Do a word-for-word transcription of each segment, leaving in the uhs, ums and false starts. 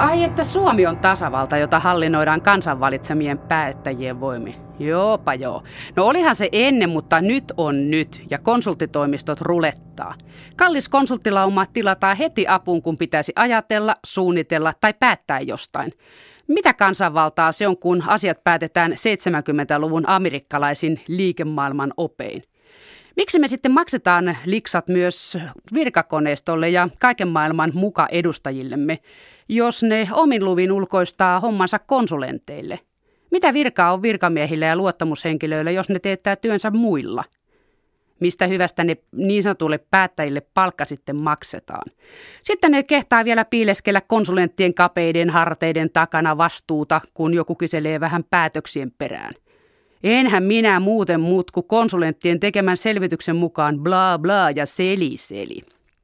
Ai että Suomi on tasavalta, jota hallinnoidaan kansan valitsemien päättäjien voimin. Joopa joo. No olihan se ennen, mutta nyt on nyt ja konsulttitoimistot rulettaa. Kallis konsulttilauma tilataan heti apuun, kun pitäisi ajatella, suunnitella tai päättää jostain. Mitä kansanvaltaa se on, kun asiat päätetään seitsemänkymmentäluvun amerikkalaisin liikemaailman opein? Miksi me sitten maksetaan liksat myös virkakoneistolle ja kaiken maailman muka edustajillemme, jos ne omin luvin ulkoistaa hommansa konsulenteille? Mitä virkaa on virkamiehillä ja luottamushenkilöillä, jos ne teettää työnsä muilla? Mistä hyvästä ne niin sanotuille päättäjille palkka sitten maksetaan? Sitten ne kehtaa vielä piileskellä konsulenttien kapeiden harteiden takana vastuuta, kun joku kyselee vähän päätöksien perään. Enhän minä muuten muut kuin konsulenttien tekemän selvityksen mukaan bla bla ja seli seli.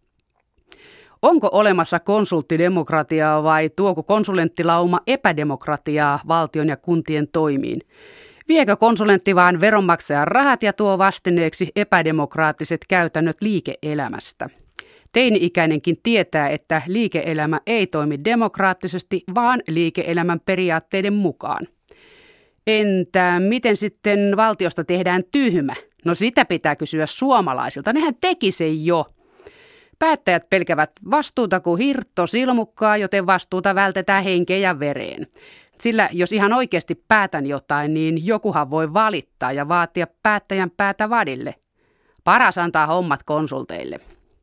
Onko olemassa konsulttidemokratiaa vai tuoko konsulenttilauma epädemokratiaa valtion ja kuntien toimiin? Viekö konsulentti vaan veronmaksajan rahat ja tuo vastineeksi epädemokraattiset käytännöt liike-elämästä? Teini-ikäinenkin tietää, että liike-elämä ei toimi demokraattisesti, vaan liike-elämän periaatteiden mukaan. Entä miten sitten valtiosta tehdään tyhmä? No sitä pitää kysyä suomalaisilta. Nehän teki sen jo. Päättäjät pelkävät vastuuta kuin hirtto silmukkaa, joten vastuuta vältetään henkeen ja vereen. Sillä jos ihan oikeasti päätän jotain, niin jokuhan voi valittaa ja vaatia päättäjän päätä vadille. Paras antaa hommat konsulteille.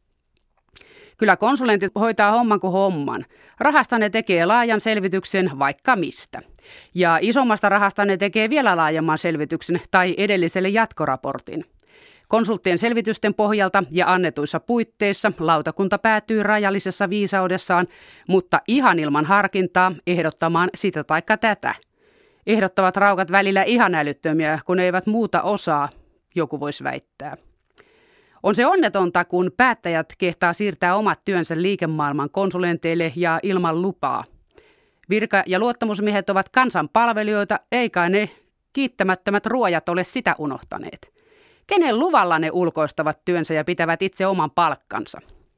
Kyllä konsulentit hoitaa homman kuin homman. Rahasta ne tekee laajan selvityksen vaikka mistä. Ja isommasta rahasta ne tekee vielä laajemman selvityksen tai edelliselle jatkoraportin. Konsulttien selvitysten pohjalta ja annetuissa puitteissa lautakunta päätyy rajallisessa viisaudessaan, mutta ihan ilman harkintaa ehdottamaan sitä taikka tätä. Ehdottavat raukat välillä ihan älyttömiä, kun eivät muuta osaa, joku voisi väittää. On se onnetonta, kun päättäjät kehtaa siirtää omat työnsä liikemaailman konsulenteille ja ilman lupaa. Virka- ja luottamusmiehet ovat kansan palvelijoita, eikä ne kiittämättömät ruojat ole sitä unohtaneet. Kenen luvalla ne ulkoistavat työnsä ja pitävät itse oman palkkansa?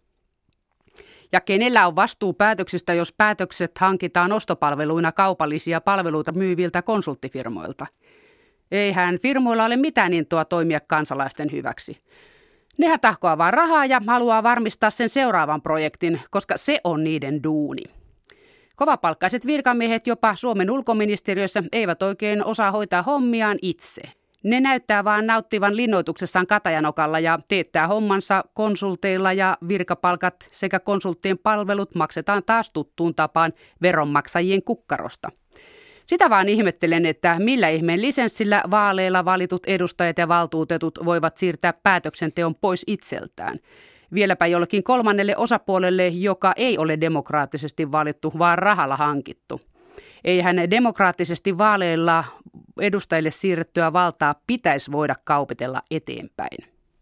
Ja kenellä on vastuu päätöksistä, jos päätökset hankitaan ostopalveluina kaupallisia palveluita myyviltä konsulttifirmoilta? Eihän firmoilla ole mitään intoa toimia kansalaisten hyväksi. Nehän tahkoaa vaan rahaa ja haluaa varmistaa sen seuraavan projektin, koska se on niiden duuni. Kovapalkkaiset virkamiehet jopa Suomen ulkoministeriössä eivät oikein osaa hoitaa hommiaan itse. Ne näyttää vaan nauttivan linnoituksessaan katajanokalla ja teettää hommansa konsulteilla ja virkapalkat sekä konsulttien palvelut maksetaan taas tuttuun tapaan veronmaksajien kukkarosta. Sitä vaan ihmettelen, että millä ihmeen lisenssillä vaaleilla valitut edustajat ja valtuutetut voivat siirtää päätöksenteon pois itseltään. Vieläpä jollekin kolmannelle osapuolelle, joka ei ole demokraattisesti valittu, vaan rahalla hankittu. Eihän demokraattisesti vaaleilla edustajille siirrettyä valtaa pitäisi voida kaupitella eteenpäin.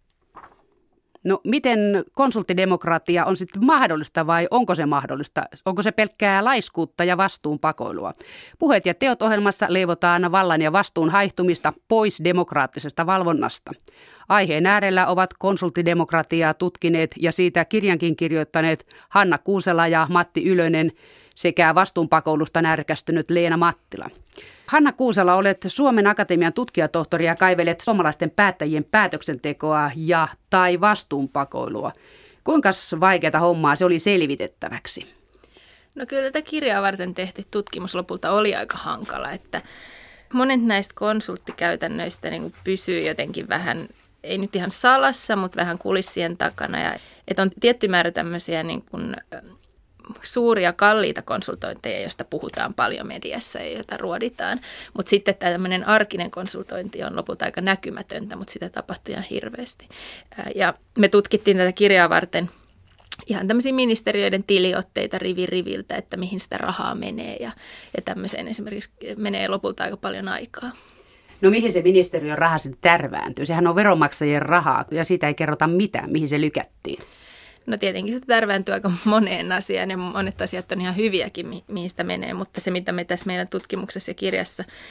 No miten konsulttidemokratia on sitten mahdollista vai onko se mahdollista? Onko se pelkkää laiskuutta ja vastuunpakoilua? Puheet ja teot ohjelmassa leivotaan vallan ja vastuun haihtumista pois demokraattisesta valvonnasta. Aiheen äärellä ovat konsulttidemokratiaa tutkineet ja siitä kirjankin kirjoittaneet Hanna Kuusela ja Matti Ylönen sekä vastuunpakoilusta närkästynyt Leena Mattila. Hanna Kuusela, olet Suomen Akatemian tutkijatohtori ja kaivelet suomalaisten päättäjien päätöksentekoa ja tai vastuunpakoilua. Kuinka vaikeata hommaa se oli selvitettäväksi? No kyllä tätä kirjaa varten tehty tutkimus lopulta oli aika hankala, että monet näistä konsulttikäytännöistä niin kuin pysyy jotenkin vähän, ei nyt ihan salassa, mutta vähän kulissien takana. Ja, että on tietty määrä tämmöisiä niin kuin suuria, kalliita konsultointeja, joista puhutaan paljon mediassa ja joita ruoditaan. Mutta sitten tämä tämmöinen arkinen konsultointi on lopulta aika näkymätöntä, mutta sitä tapahtuu ihan hirveästi. Ja me tutkittiin tätä kirjaa varten ihan tämmöisiä ministeriöiden tiliotteita rivi riviltä, että mihin sitä rahaa menee ja, ja tämmöiseen esimerkiksi menee lopulta aika paljon aikaa. No mihin se ministeriön raha sitten tärvääntyy? Sehän on veronmaksajien rahaa ja siitä ei kerrota mitään, mihin se lykättiin. No tietenkin se tärvääntyy aika moneen asiaan ja monet asiat on ihan hyviäkin, mihin sitä menee, mutta se mitä me tässä meidän tutkimuksessa ja kirjassa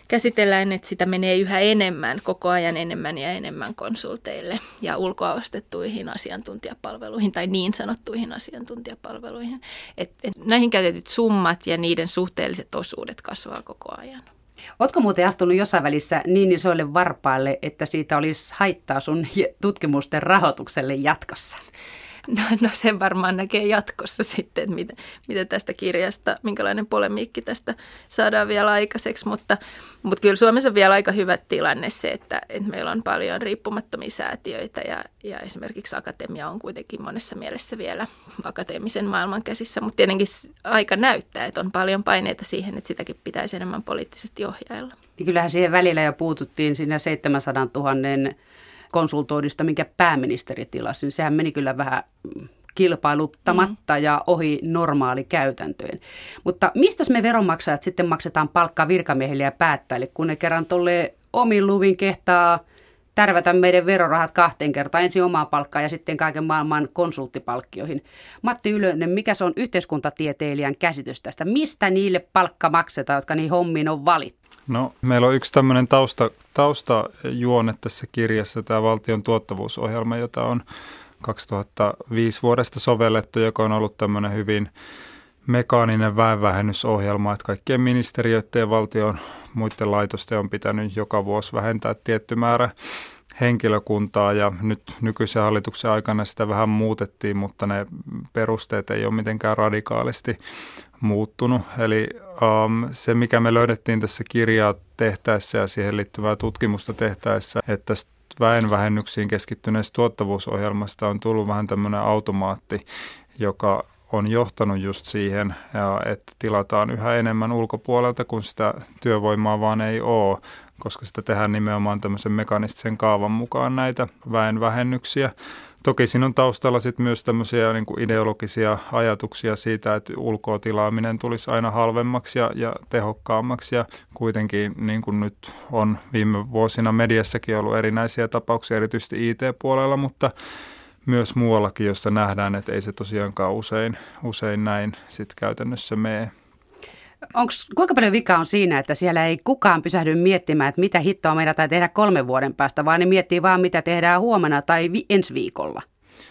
käsitellään, että sitä menee yhä enemmän, koko ajan enemmän ja enemmän konsulteille ja ulkoa ostettuihin asiantuntijapalveluihin tai niin sanottuihin asiantuntijapalveluihin. Et, et näihin käytetyt summat ja niiden suhteelliset osuudet kasvaa koko ajan. Ootko muuten astunut jossain välissä niin isoille varpaille, että siitä olisi haittaa sun tutkimusten rahoitukselle jatkossa? No, no sen varmaan näkee jatkossa sitten, että mitä, mitä tästä kirjasta, minkälainen polemiikki tästä saadaan vielä aikaiseksi. Mutta, mutta kyllä Suomessa on vielä aika hyvä tilanne se, että, että meillä on paljon riippumattomia säätiöitä ja, ja esimerkiksi akatemia on kuitenkin monessa mielessä vielä akateemisen maailman käsissä. Mutta tietenkin aika näyttää, että on paljon paineita siihen, että sitäkin pitäisi enemmän poliittisesti ohjailla. Niin kyllähän siihen välillä jo puututtiin siinä seitsemänsadantuhatta konsultoinnista, minkä pääministeri tilasi, niin sehän meni kyllä vähän kilpailuttamatta mm. ja ohi normaali käytäntöjen. Mutta mistä me veronmaksajat sitten maksetaan palkkaa virkamiehille ja päättäjille, kun ne kerran tolleen omin luvin kehtaa tärvätä meidän verorahat kahteen kertaan, ensin omaa palkkaa ja sitten kaiken maailman konsulttipalkkioihin. Matti Ylönen, mikä se on yhteiskuntatieteilijän käsitys tästä? Mistä niille palkka maksetaan, jotka niihin hommiin on valittu? No, meillä on yksi tämmöinen tausta, taustajuone tässä kirjassa, tämä valtion tuottavuusohjelma, jota on kaksituhattaviisi vuodesta sovellettu, joka on ollut tämmöinen hyvin mekaaninen väenvähennysohjelma, että kaikkien ministeriöiden ja valtion muiden laitosten on pitänyt joka vuosi vähentää tietty määrä henkilökuntaa ja nyt nykyisen hallituksen aikana sitä vähän muutettiin, mutta ne perusteet ei ole mitenkään radikaalisti muuttunut. Eli um, se, mikä me löydettiin tässä kirjaa tehtäessä ja siihen liittyvää tutkimusta tehtäessä, että tästä väenvähennyksiin keskittyneestä tuottavuusohjelmasta on tullut vähän tämmöinen automaatti, joka on johtanut just siihen, että tilataan yhä enemmän ulkopuolelta, kun sitä työvoimaa vaan ei ole, koska sitä tehdään nimenomaan tämmöisen mekanistisen kaavan mukaan näitä väenvähennyksiä. Toki siinä on taustalla sit myös tämmöisiä niin kuin ideologisia ajatuksia siitä, että ulkoa tilaaminen tulisi aina halvemmaksi ja, ja tehokkaammaksi. Ja kuitenkin niin kuin nyt on viime vuosina mediassakin ollut erinäisiä tapauksia, erityisesti I T-puolella, mutta myös muuallakin, josta nähdään, että ei se tosiaankaan usein, usein näin sit käytännössä mene. Onks, kuinka paljon vika on siinä, että siellä ei kukaan pysähdy miettimään, että mitä hittoa meidän tai tehdä kolmen vuoden päästä, vaan ne miettii vaan, mitä tehdään huomenna tai vi- ensi viikolla?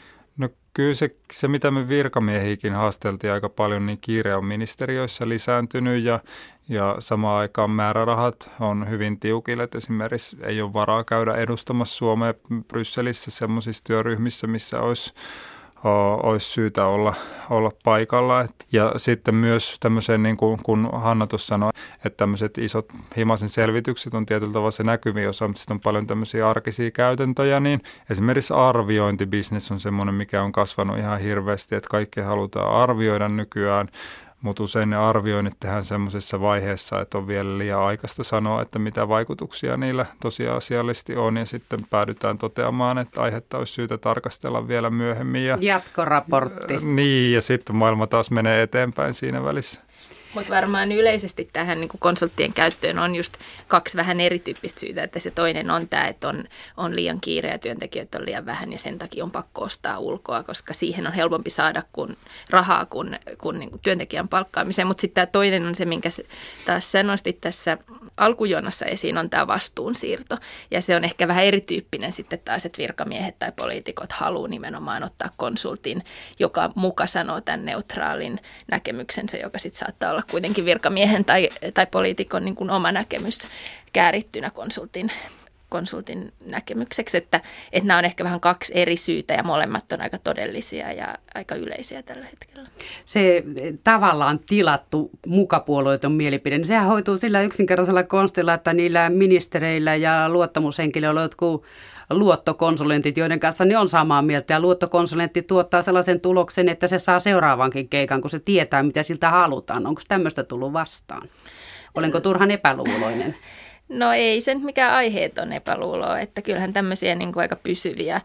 No kyllä se, se, mitä me virkamiehiäkin haasteltiin aika paljon, niin kiire on ministeriöissä lisääntynyt ja, ja samaan aikaan määrärahat on hyvin tiukille. Et esimerkiksi ei ole varaa käydä edustamassa Suomea Brysselissä sellaisissa työryhmissä, missä olisi olisi syytä olla, olla paikalla. Ja sitten myös tämmöisen, niin kuin kun Hanna tuossa sanoi, että tämmöiset isot Himasen selvitykset on tietyllä tavalla se näkyviä osa, mutta sitten on paljon tämmöisiä arkisia käytäntöjä, niin esimerkiksi arviointibisnes on semmoinen, mikä on kasvanut ihan hirveästi, että kaikkea halutaan arvioida nykyään. Mutta usein ne arvioinnit tehdään semmoisessa vaiheessa, että on vielä liian aikaista sanoa, että mitä vaikutuksia niillä tosiasiallisesti on. Ja sitten päädytään toteamaan, että aihetta olisi syytä tarkastella vielä myöhemmin. Ja, jatkoraportti. Äh, niin, ja sitten maailma taas menee eteenpäin siinä välissä. Mutta varmaan yleisesti tähän niin kuin konsulttien käyttöön on just kaksi vähän erityyppistä syytä, että se toinen on tämä, että on, on liian kiire ja työntekijöitä on liian vähän ja sen takia on pakko ostaa ulkoa, koska siihen on helpompi saada kun, rahaa kuin, kuin, niin kuin työntekijän palkkaamiseen. Mutta sitten tämä toinen on se, minkä taas sä nostit tässä alkujonossa esiin, on tämä vastuunsiirto. Ja se on ehkä vähän erityyppinen sitten taas, että virkamiehet tai poliitikot haluaa nimenomaan ottaa konsultin, joka muka sanoo tämän neutraalin näkemyksensä, joka sitten saattaa olla kuitenkin virkamiehen tai, tai poliitikon niin kuin oma näkemys käärittynä konsultin, konsultin näkemykseksi, että, että nämä on ehkä vähän kaksi eri syytä ja molemmat on aika todellisia ja aika yleisiä tällä hetkellä. Se tavallaan tilattu mukapuolueeton mielipide, niin sehän hoituu sillä yksinkertaisella konstilla, että niillä ministereillä ja luottamushenkilöillä jotkut luottokonsulentit, joiden kanssa ne on samaa mieltä ja luottokonsulentti tuottaa sellaisen tuloksen, että se saa seuraavankin keikan, kun se tietää, mitä siltä halutaan. Onko tämmöistä tullut vastaan? Olenko turhan epäluuloinen? No ei se nyt mikään aiheeton epäluuloa, että kyllähän tämmöisiä niin kuin aika pysyviä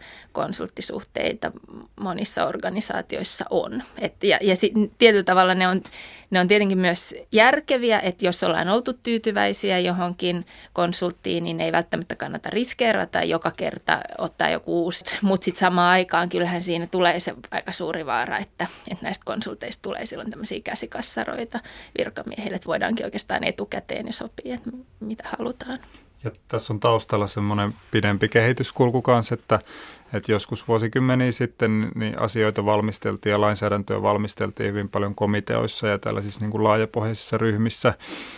konsulttisuhteita monissa organisaatioissa on. Et, ja ja sit, tietyllä tavalla ne on, ne on tietenkin myös järkeviä, että jos ollaan oltu tyytyväisiä johonkin konsulttiin, niin ei välttämättä kannata riskeerata joka kerta ottaa joku uusi. Mutta sitten samaan aikaan kyllähän siinä tulee se aika suuri vaara, että, että näistä konsulteista tulee silloin tämmöisiä käsikassaroita virkamiehille, että voidaankin oikeastaan etukäteen jo sopia, että mitä halutaan. Ja tässä on taustalla semmoinen pidempi kehityskulku kanssa, että, että joskus vuosikymmeniä sitten niin asioita valmisteltiin ja lainsäädäntöä valmisteltiin hyvin paljon komiteoissa ja tällaisissa niin kuin laajapohjaisissa ryhmissä.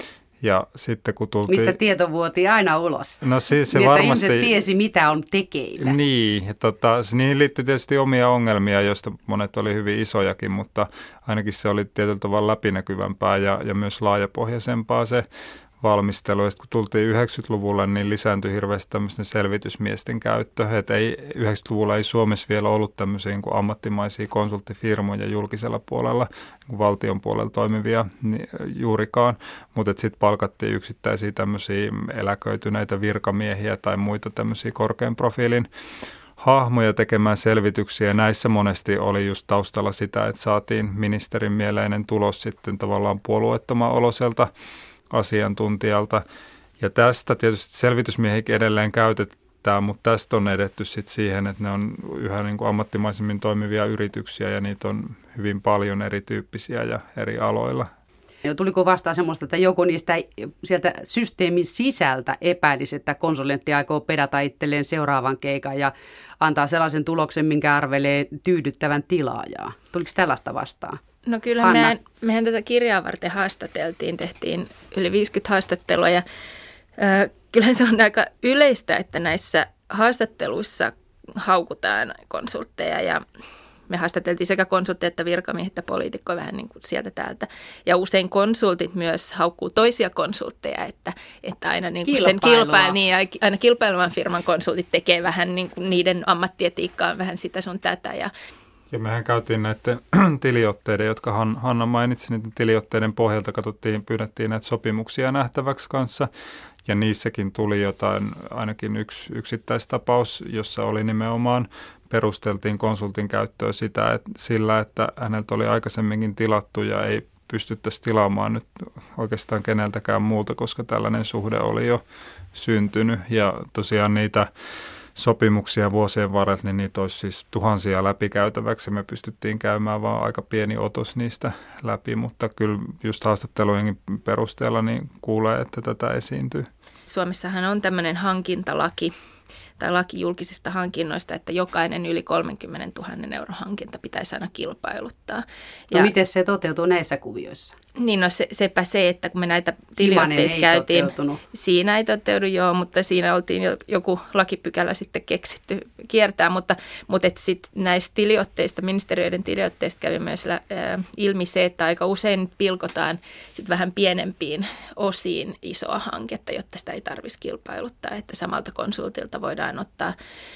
Ja sitten kun tultiin... Mistä tieto vuotiin aina ulos. No siis se niin, varmasti... ihmiset tiesi, mitä on tekeillä. Niin, tota, niihin liittyi tietysti omia ongelmia, joista monet oli hyvin isojakin, mutta ainakin se oli tietyllä tavalla läpinäkyvämpää ja, ja myös laajapohjaisempaa se valmistelu. Ja kun tultiin yhdeksänkymmentäluvulle, niin lisääntyi hirveästi tämmöisten selvitysmiesten käyttö. Että ei, yhdeksänkymmentäluvulla ei Suomessa vielä ollut tämmöisiä niin kuin ammattimaisia konsulttifirmoja julkisella puolella, niin kuin valtion puolella toimivia niin juurikaan. Mutta sitten palkattiin yksittäisiä tämmöisiä eläköityneitä virkamiehiä tai muita tämmöisiä korkean profiilin hahmoja tekemään selvityksiä. Näissä monesti oli just taustalla sitä, että saatiin ministerin mieleinen tulos sitten tavallaan puolueettoman oloselta asiantuntijalta. Ja tästä tietysti selvitysmiehikin edelleen käytetään, mutta tästä on edetty sitten siihen, että ne on yhä niin kuin ammattimaisemmin toimivia yrityksiä ja niitä on hyvin paljon erityyppisiä ja eri aloilla. Tuliko vastaan semmoista, että joku niistä sieltä systeemin sisältä epäilisi, että konsulentti aikoo pedata itselleen seuraavan keikan ja antaa sellaisen tuloksen, minkä arvelee tyydyttävän tilaajaa? Tuliko tällaista vastaan? No kyllä mehän, mehän tätä kirjaa varten haastateltiin, tehtiin yli viisikymmentä haastattelua ja äh, kyllähän se on aika yleistä, että näissä haastatteluissa haukutaan konsultteja ja me haastateltiin sekä konsultteja että virkamiehet että poliitikkoja vähän niin kuin sieltä täältä. Ja usein konsultit myös haukkuu toisia konsultteja, että, että aina niin kuin sen kilpail, niin, aina kilpailevan firman konsultit tekee vähän niin kuin niiden ammattietiikkaan vähän sitä sun tätä. Ja, ja mehän käytiin näiden tiliotteiden, jotka Hanna mainitsi, niiden tiliotteiden pohjalta katsottiin, pyydettiin näitä sopimuksia nähtäväksi kanssa. Ja niissäkin tuli jotain, ainakin yksi yksittäistapaus, jossa oli nimenomaan perusteltiin konsultin käyttöä sitä, että sillä, että häneltä oli aikaisemminkin tilattu ja ei pystyttäisi tilaamaan nyt oikeastaan keneltäkään muulta, koska tällainen suhde oli jo syntynyt. Ja tosiaan niitä sopimuksia vuosien varrella, niin niitä olisi siis tuhansia läpikäytäväksi. Me pystyttiin käymään vaan aika pieni otos niistä läpi, mutta kyllä just haastattelujenkin perusteella niin kuulee, että tätä esiintyy. Suomessahan on tämmöinen hankintalaki tai laki julkisista hankinnoista, että jokainen yli kolmekymmentätuhatta euron hankinta pitäisi aina kilpailuttaa. No ja miten se toteutuu näissä kuvioissa? Niin no se, sepä se, että kun me näitä tiliotteita käytiin, toteutunut. Siinä ei toteudu joo, mutta siinä oltiin jo, joku lakipykälä sitten keksitty kiertää, mutta, mutta sitten näistä tiliotteista, ministeriöiden tiliotteista kävi myös ää, ilmi se, että aika usein pilkotaan sit vähän pienempiin osiin isoa hanketta, jotta sitä ei tarvitsisi kilpailuttaa, että samalta konsultilta voidaan ottaa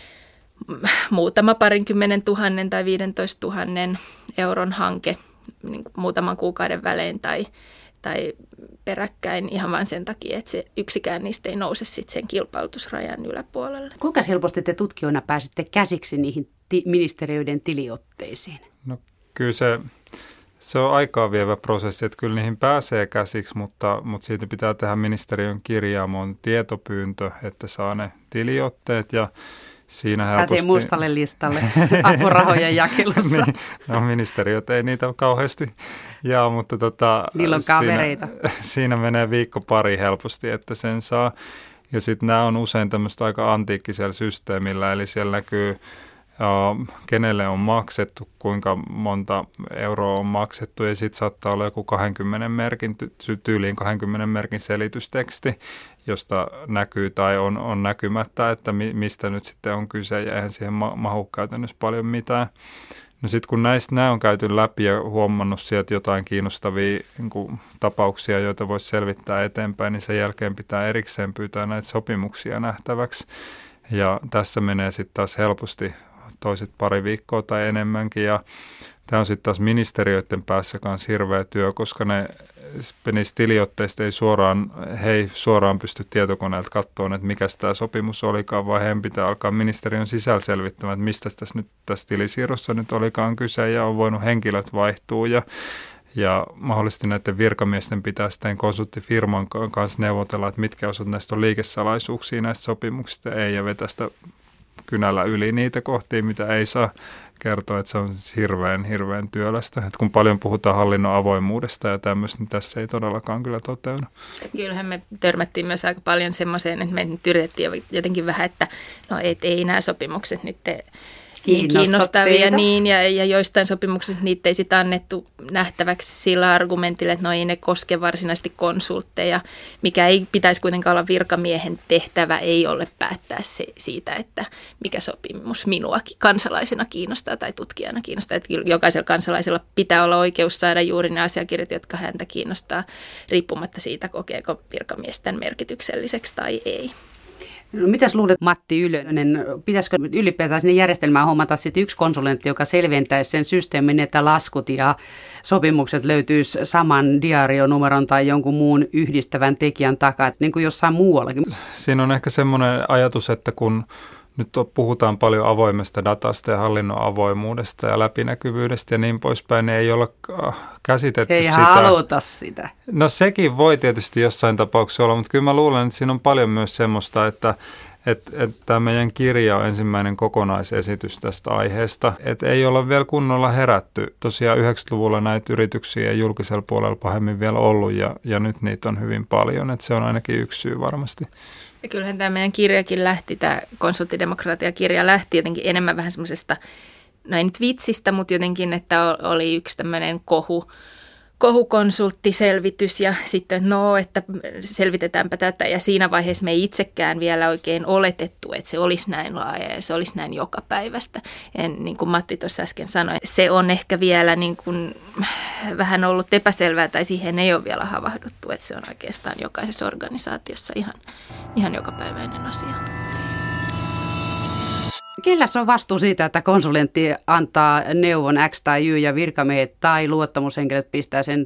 muutama parinkymmenen tuhannen tai viidentoista tuhannen euron hanke niin kuin muutaman kuukauden välein tai, tai peräkkäin ihan vain sen takia, että se yksikään niistä ei nouse sitten sen kilpailutusrajan yläpuolelle. Kuinka helposti te tutkijoina pääsitte käsiksi niihin ti- ministeriöiden tiliotteisiin? No kyllä se, se on aikaa vievä prosessi, että kyllä niihin pääsee käsiksi, mutta, mutta siitä pitää tehdä ministeriön kirjaamon tietopyyntö, että saa ne tiliotteet ja siinä helposti pääsee mustalle listalle apurahojen jakelussa. Niin, no ministeriöt ei niitä kauheasti jaa, mutta tota, niillä on kavereita. Siinä, siinä menee viikko pari helposti, että sen saa. Ja sitten nämä on usein tämmöistä aika antiikkisella systeemillä, eli siellä näkyy, uh, kenelle on maksettu, kuinka monta euroa on maksettu, ja sitten saattaa olla joku kaksikymmentä merkin, tyyliin kaksikymmentä merkin selitysteksti, josta näkyy tai on, on näkymättä, että mi, mistä nyt sitten on kyse, ja eihän siihen ma- mahu käytännössä paljon mitään. No sitten kun näistä nämä on käyty läpi ja huomannut sieltä jotain kiinnostavia niin kuin tapauksia, joita voisi selvittää eteenpäin, niin sen jälkeen pitää erikseen pyytää näitä sopimuksia nähtäväksi. Ja tässä menee sitten taas helposti toiset pari viikkoa tai enemmänkin, ja tämä on sitten taas ministeriöiden päässä kanssa hirveä työ, koska ne niistä tiliotteista ei suoraan, he ei suoraan pysty tietokoneelta katsomaan, että mikä tämä sopimus olikaan, vaan heidän pitää alkaa ministeriön sisällä selvittämään, että mistä tässä nyt tässä tilisiirrossa nyt olikaan kyse, ja on voinut henkilöt vaihtua, ja, Ja mahdollisesti näiden virkamiesten pitää sitten konsulttifirman kanssa neuvotella, että mitkä osat näistä on liikesalaisuuksia näistä sopimuksista ei, ja vetää sitä kynällä yli niitä kohtia, mitä ei saa kertoa, että se on siis hirveän, hirveän työlästä. Et kun paljon puhutaan hallinnon avoimuudesta ja tämmöistä, niin tässä ei todellakaan kyllä toteudu. Kyllähän me törmättiin myös aika paljon semmoiseen, että me nyt yritettiin jotenkin vähän, että no et, ei nämä sopimukset nyt te niin kiinnostavia niin, ja, ja joistain sopimuksista niitä ei sitten annettu nähtäväksi sillä argumentilla, että no ei ne koske varsinaisesti konsultteja, mikä ei pitäisi kuitenkaan olla virkamiehen tehtävä, ei ole päättää se, siitä, että mikä sopimus minuakin kansalaisena kiinnostaa tai tutkijana kiinnostaa. Että jokaisella kansalaisella pitää olla oikeus saada juuri ne asiakirjat, jotka häntä kiinnostaa, riippumatta siitä, kokeeko virkamies tämän merkitykselliseksi tai ei. No, mitäs luulet, Matti Ylönen, pitäisikö ylipäätään sinne järjestelmään hommata sitten yksi konsulentti, joka selventäisi sen systeemin, että laskut ja sopimukset löytyisi saman diaarionumeron tai jonkun muun yhdistävän tekijän takaa, niin kuin jossain muuallakin? Siinä on ehkä semmoinen ajatus, että kun nyt puhutaan paljon avoimesta datasta ja hallinnon avoimuudesta ja läpinäkyvyydestä ja niin poispäin, niin ei olla käsitetty ei sitä. Ei haluta sitä. No sekin voi tietysti jossain tapauksessa olla, mutta kyllä mä luulen, että siinä on paljon myös semmoista, että että et tämä meidän kirja on ensimmäinen kokonaisesitys tästä aiheesta. Että ei olla vielä kunnolla herätty. Tosiaan yhdeksänkymmentäluvulla näitä yrityksiä ei julkisella puolella pahemmin vielä ollut ja, ja nyt niitä on hyvin paljon. Että se on ainakin yksi syy varmasti. Ja kyllähän tämä meidän kirjakin lähti, tämä konsulttidemokratia-kirja lähti jotenkin enemmän vähän semmoisesta, no ei nyt vitsistä, mutta jotenkin, että oli yksi tämmöinen kohu, kohukonsulttiselvitys ja sitten no, että selvitetäänpä tätä. Ja siinä vaiheessa me ei itsekään vielä oikein oletettu, että se olisi näin laaja ja se olisi näin jokapäiväistä. Ja niin kuin Matti tuossa äsken sanoi, se on ehkä vielä niin kuin vähän ollut epäselvää tai siihen ei ole vielä havahduttu, että se on oikeastaan jokaisessa organisaatiossa ihan, ihan jokapäiväinen asia. Kellä on vastuu siitä, että konsulentti antaa neuvon X tai Y ja virkamiehet tai luottamushenkilöt pistää sen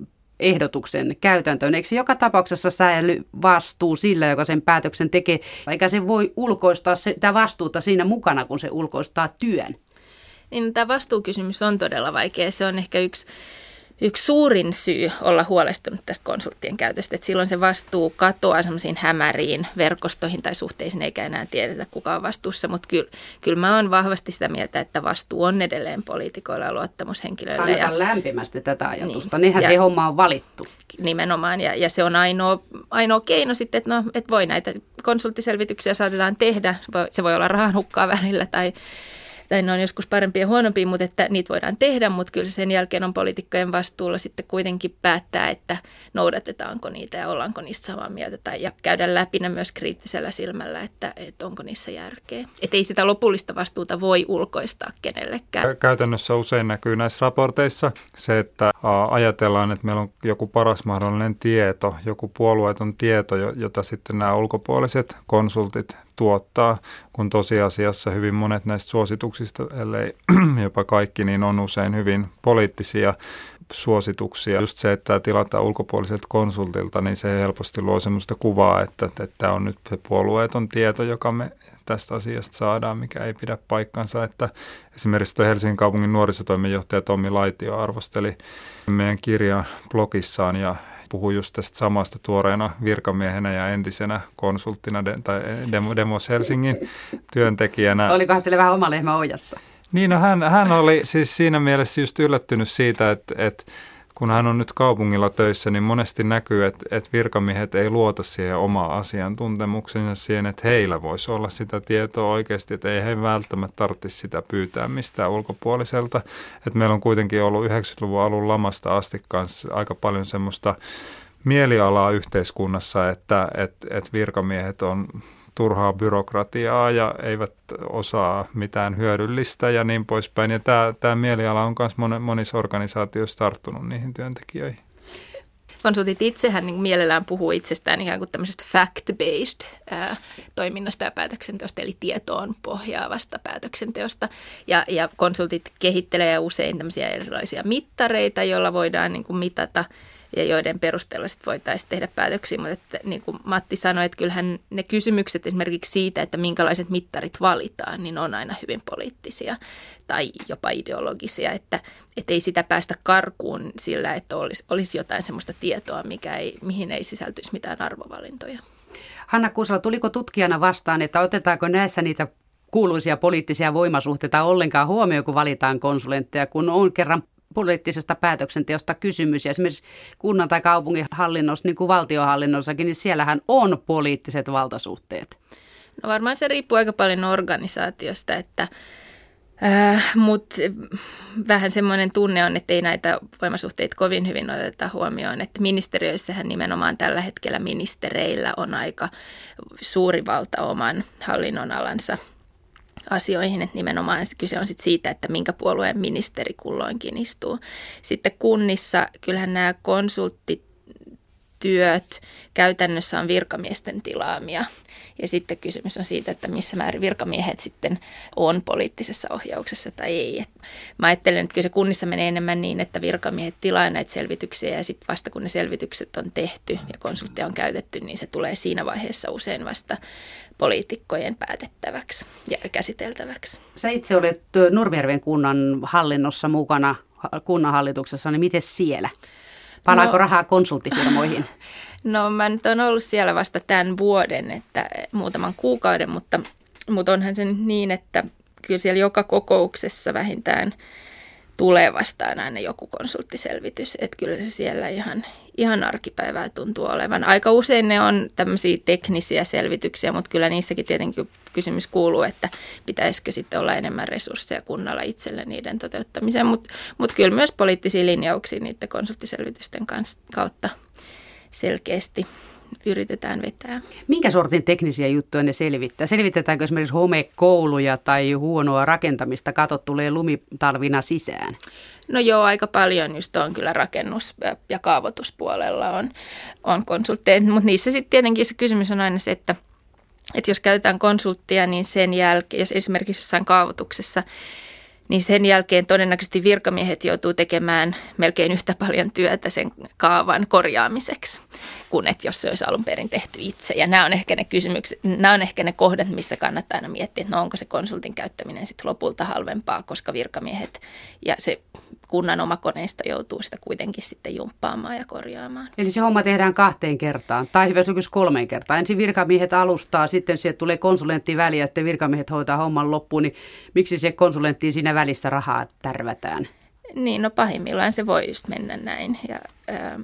ehdotuksen käytäntöön? Eikö joka tapauksessa säily vastuu sillä, joka sen päätöksen tekee, eikä se voi ulkoistaa sitä vastuuta siinä mukana, kun se ulkoistaa työn? Niin, tämä vastuukysymys on todella vaikea. Se on ehkä yksi... Yksi suurin syy olla huolestunut tästä konsulttien käytöstä, että silloin se vastuu katoaa semmoisiin hämäriin verkostoihin tai suhteisiin, eikä enää tiedetä kuka on vastuussa, mutta kyllä, kyllä mä oon vahvasti sitä mieltä, että vastuu on edelleen poliitikoilla ja luottamushenkilöillä. Kannatan lämpimästi tätä ajatusta, niin, niinhän se homma on valittu. Nimenomaan, ja, ja se on ainoa, ainoa keino sitten, että, no, että voi näitä konsulttiselvityksiä saatetaan tehdä, se voi, se voi olla rahan hukkaa välillä tai tai ne on joskus parempia ja huonompia, mutta että niitä voidaan tehdä, mutta kyllä sen jälkeen on poliitikkojen vastuulla sitten kuitenkin päättää, että noudatetaanko niitä ja ollaanko niistä samaa mieltä tai ja käydä läpi ne myös kriittisellä silmällä, että, että onko niissä järkeä. Että ei sitä lopullista vastuuta voi ulkoistaa kenellekään. Käytännössä usein näkyy näissä raporteissa se, että ajatellaan, että meillä on joku paras mahdollinen tieto, joku puolueeton tieto, jota sitten nämä ulkopuoliset konsultit tuottaa, kun tosiasiassa hyvin monet näistä suosituksista, ellei jopa kaikki, niin on usein hyvin poliittisia suosituksia. Just se, että tilataan ulkopuoliselta konsultilta, niin se helposti luo sellaista kuvaa, että tämä on nyt se puolueeton tieto, joka me tästä asiasta saadaan, mikä ei pidä paikkansa. Että esimerkiksi tuo Helsingin kaupungin nuorisotoimenjohtaja Tommi Laitio arvosteli meidän kirjan blogissaan ja puhui just tästä samasta tuoreena virkamiehenä ja entisenä konsulttina de, tai Demo, Demos Helsingin työntekijänä. Olikohan sille vähän oma lehmä ojassa? Niin, no hän, hän oli siis siinä mielessä just yllättynyt siitä, että, että kun hän on nyt kaupungilla töissä, niin monesti näkyy, että, että virkamiehet ei luota siihen omaa asiantuntemuksensa siihen, että heillä voisi olla sitä tietoa oikeasti, että ei he välttämättä tarvitsisi sitä pyytää mistään ulkopuoliselta. Että meillä on kuitenkin ollut yhdeksänkymmentäluvun alun lamasta asti kanssa aika paljon semmoista mielialaa yhteiskunnassa, että, että, että virkamiehet on turhaa byrokratiaa ja eivät osaa mitään hyödyllistä ja niin poispäin. Ja tämä, tämä mieliala on myös monissa organisaatioissa tarttunut niihin työntekijöihin. Konsultit itsehän niin mielellään puhuu itsestään ikään kuin tämmöisestä fact-based ää, toiminnasta ja päätöksenteosta, eli tietoon pohjaavasta päätöksenteosta. Ja, ja konsultit kehittelee usein tämmöisiä erilaisia mittareita, joilla voidaan niin kuin mitata ja joiden perusteella sitten voitaisiin tehdä päätöksiä. Mutta että, niin kuin Matti sanoi, että kyllähän ne kysymykset esimerkiksi siitä, että minkälaiset mittarit valitaan, niin on aina hyvin poliittisia tai jopa ideologisia, että et ei sitä päästä karkuun sillä, että olisi, olisi jotain sellaista tietoa, mikä ei, mihin ei sisältyisi mitään arvovalintoja. Hanna Kuusela, tuliko tutkijana vastaan, että otetaanko näissä niitä kuuluisia poliittisia voimasuhteita ollenkaan huomioon, kun valitaan konsulentteja, kun on kerran poliittisesta päätöksenteosta kysymys. Ja esimerkiksi kunnan tai kaupungin hallinnossa, niin kuin valtionhallinnossakin, niin siellähän on poliittiset valtasuhteet. No varmaan se riippuu aika paljon organisaatiosta, että Äh, mutta vähän semmoinen tunne on, että ei näitä voimasuhteita kovin hyvin oteta huomioon, että ministeriöissähän nimenomaan tällä hetkellä ministereillä on aika suuri valta oman hallinnonalansa asioihin, että nimenomaan kyse on sit siitä, että minkä puolueen ministeri kulloinkin istuu. Sitten kunnissa kyllähän nämä konsulttityöt käytännössä on virkamiesten tilaamia. Ja sitten kysymys on siitä, että missä määrin virkamiehet sitten on poliittisessa ohjauksessa tai ei. Et mä ajattelen, että kyllä se kunnissa menee enemmän niin, että virkamiehet tilaa näitä selvityksiä ja sitten vasta kun ne selvitykset on tehty ja konsultteja on käytetty, niin se tulee siinä vaiheessa usein vasta poliitikkojen päätettäväksi ja käsiteltäväksi. Sä itse olet Nurmijärven kunnan hallinnossa mukana kunnanhallituksessa, niin miten siellä? Palaako no, rahaa konsulttifirmoihin? No mä nyt olen ollut siellä vasta tämän vuoden, että muutaman kuukauden, mutta, mutta onhan se nyt niin, että kyllä siellä joka kokouksessa vähintään tulee vastaan aina joku konsulttiselvitys. Että kyllä se siellä ihan, ihan arkipäivää tuntuu olevan. Aika usein ne on tämmöisiä teknisiä selvityksiä, mutta kyllä niissäkin tietenkin kysymys kuuluu, että pitäisikö sitten olla enemmän resursseja kunnalla itselle niiden toteuttamiseen. Mutta mut kyllä myös poliittisia linjauksia niiden konsulttiselvitysten kautta selkeästi yritetään vetää. Minkä sortin teknisiä juttuja ne selvittää? Selvitetäänkö esimerkiksi homekouluja tai huonoa rakentamista? Katot tulee lumitalvina sisään. No joo, aika paljon just on kyllä rakennus- ja kaavoituspuolella on, on konsultteja, mutta niissä sitten tietenkin se kysymys on aina se, että, että jos käytetään konsulttia, niin sen jälkeen, jos esimerkiksi jossain kaavoituksessa, niin sen jälkeen todennäköisesti virkamiehet joutuu tekemään melkein yhtä paljon työtä sen kaavan korjaamiseksi, kuin että jos se olisi alun perin tehty itse. Ja nämä on ehkä ne kysymykset, nämä on ehkä ne kohdat, missä kannattaa aina miettiä, että no onko se konsultin käyttäminen sitten lopulta halvempaa, koska virkamiehet ja se kunnan oma koneisto joutuu sitä kuitenkin sitten jumppaamaan ja korjaamaan. Eli se homma tehdään kahteen kertaan, tai hyvä kyllä kolmeen kertaan. Ensin virkamiehet alustaa, sitten sieltä tulee konsulentti väliin, ja sitten virkamiehet hoitaa homman loppuun, niin miksi se konsulenttiin siinä välissä rahaa tärvätään? Niin, no pahimmillaan se voi just mennä näin, ja, ää,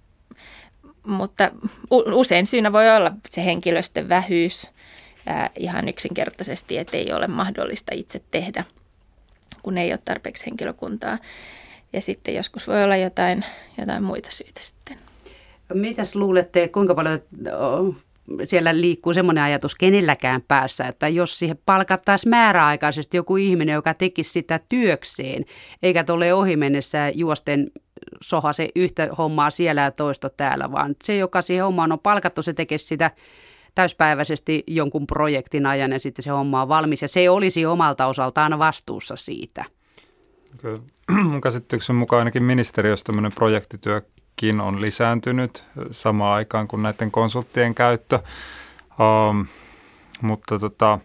mutta usein syynä voi olla se henkilöstön vähyys, ää, ihan yksinkertaisesti, että ei ole mahdollista itse tehdä, kun ei ole tarpeeksi henkilökuntaa. Ja sitten joskus voi olla jotain, jotain muita syitä sitten. Mitäs luulette, kuinka paljon siellä liikkuu semmoinen ajatus kenelläkään päässä, että jos siihen palkattaisiin määräaikaisesti joku ihminen, joka tekisi sitä työkseen, eikä tule ohi mennessä juosten sohase yhtä hommaa siellä ja toista täällä, vaan se, joka siihen hommaan on palkattu, se tekisi sitä täyspäiväisesti jonkun projektin ajan ja sitten se homma on valmis ja se olisi omalta osaltaan vastuussa siitä. Kyllä. Mun käsityksen mukaan ainakin ministeriössä tämmöinen projektityökin on lisääntynyt samaan aikaan kuin näiden konsulttien käyttö, um, mutta tota,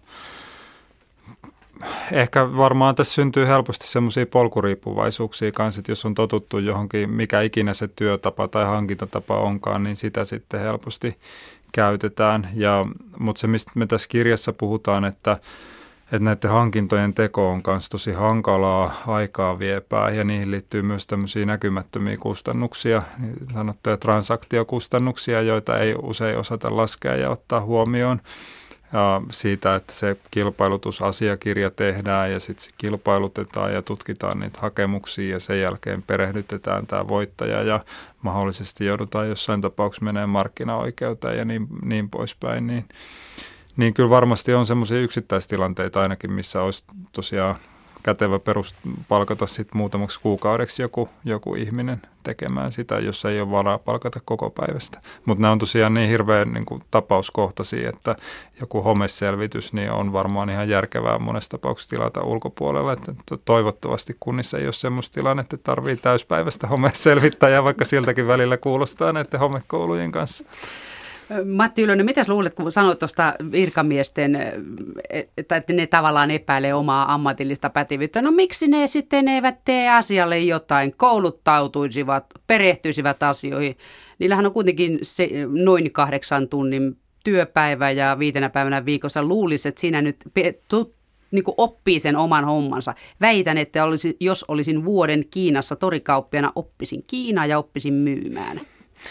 ehkä varmaan tässä syntyy helposti semmoisia polkuriippuvaisuuksia kanssa, että jos on totuttu johonkin, mikä ikinä se työtapa tai hankintatapa onkaan, niin sitä sitten helposti käytetään. Ja, mutta se, mistä me tässä kirjassa puhutaan, että, että näiden hankintojen teko on myös tosi hankalaa, aikaa viepää ja niihin liittyy myös tämmöisiä näkymättömiä kustannuksia, niin sanottuja transaktiokustannuksia, joita ei usein osata laskea ja ottaa huomioon. Ja siitä, että se kilpailutusasiakirja tehdään ja sitten se kilpailutetaan ja tutkitaan niitä hakemuksia ja sen jälkeen perehdytetään tämä voittaja ja mahdollisesti joudutaan jossain tapauksessa menemään markkinaoikeuteen ja niin, niin poispäin. Niin, niin kyllä varmasti on semmoisia yksittäistilanteita ainakin, missä olisi tosiaan kätevä perus palkata sit muutamaksi kuukaudeksi joku, joku ihminen tekemään sitä, jos ei ole varaa palkata koko päivästä. Mutta nämä on tosiaan niin hirveän niin kuin tapauskohtaisia, että joku homeselvitys niin on varmaan ihan järkevää monessa tapauksessa tilata ulkopuolella. Että toivottavasti kunnissa ei ole semmoista tilannetta, että tarvitsee täyspäiväistä homeselvittäjää, vaikka siltäkin välillä kuulostaa näiden homekoulujen kanssa. Matti Ylönen, mitäs luulet, kun sanoit tuosta virkamiesten, että ne tavallaan epäilee omaa ammatillista pätevyyttä? No miksi ne sitten eivät tee asialle jotain, kouluttautuisivat, perehtyisivät asioihin? Niillähän on kuitenkin se, noin kahdeksan tunnin työpäivä ja viitenä päivänä viikossa. Luulisi, että siinä nyt tut, niin kuin oppii sen oman hommansa. Väitän, että olisi, jos olisin vuoden Kiinassa torikauppiana, oppisin Kiinaa ja oppisin myymään.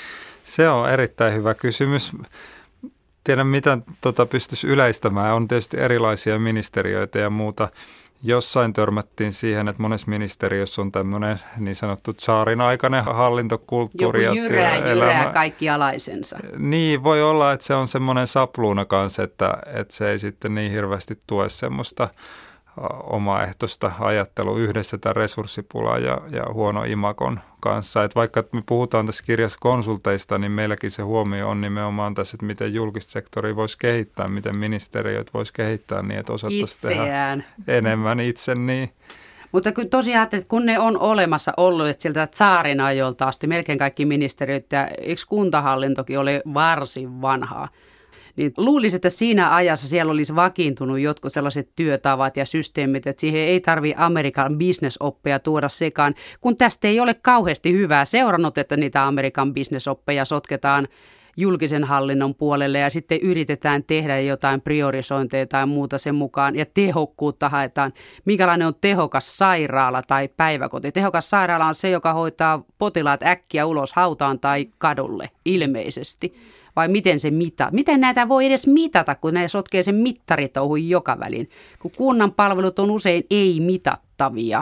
Se on erittäin hyvä kysymys. Tiedän, mitä tota pystyisi yleistämään. On tietysti erilaisia ministeriöitä ja muuta. Jossain törmättiin siihen, että monessa ministeriössä on tämmöinen niin sanottu tsaarin aikainen hallintokulttuuri. Joku jyrää, jyrää kaikki alaisensa. Niin, voi olla, että se on semmoinen sapluuna kanssa, että, että se ei sitten niin hirveästi tue semmoista omaehtoista ajattelu yhdessä tämän resurssipulan ja, ja huono imakon kanssa. Et vaikka me puhutaan tässä kirjassa konsulteista, niin meilläkin se huomio on nimenomaan tässä, että miten julkista sektoria voisi kehittää, miten ministeriöt voisi kehittää niin, että osattaisiin tehdä enemmän itse. Niin. Mutta kun tosiaan, että kun ne on olemassa ollut, että sieltä tsaarin ajolta asti melkein kaikki ministeriöt ja eikö kuntahallintokin ole varsin vanhaa, niin luulisi, että siinä ajassa siellä olisi vakiintunut jotkut sellaiset työtavat ja systeemit, että siihen ei tarvitse Amerikan business-oppeja tuoda sekaan, kun tästä ei ole kauheasti hyvää seurannut, että niitä Amerikan business-oppeja sotketaan julkisen hallinnon puolelle ja sitten yritetään tehdä jotain priorisointeja tai muuta sen mukaan ja tehokkuutta haetaan. Minkälainen on tehokas sairaala tai päiväkoti? Tehokas sairaala on se, joka hoitaa potilaat äkkiä ulos hautaan tai kadulle ilmeisesti. Vai miten se mittaa? Miten näitä voi edes mitata, kun ne sotkee sen mittaritouhun joka välin? Kun kunnan palvelut on usein ei-mitattavia.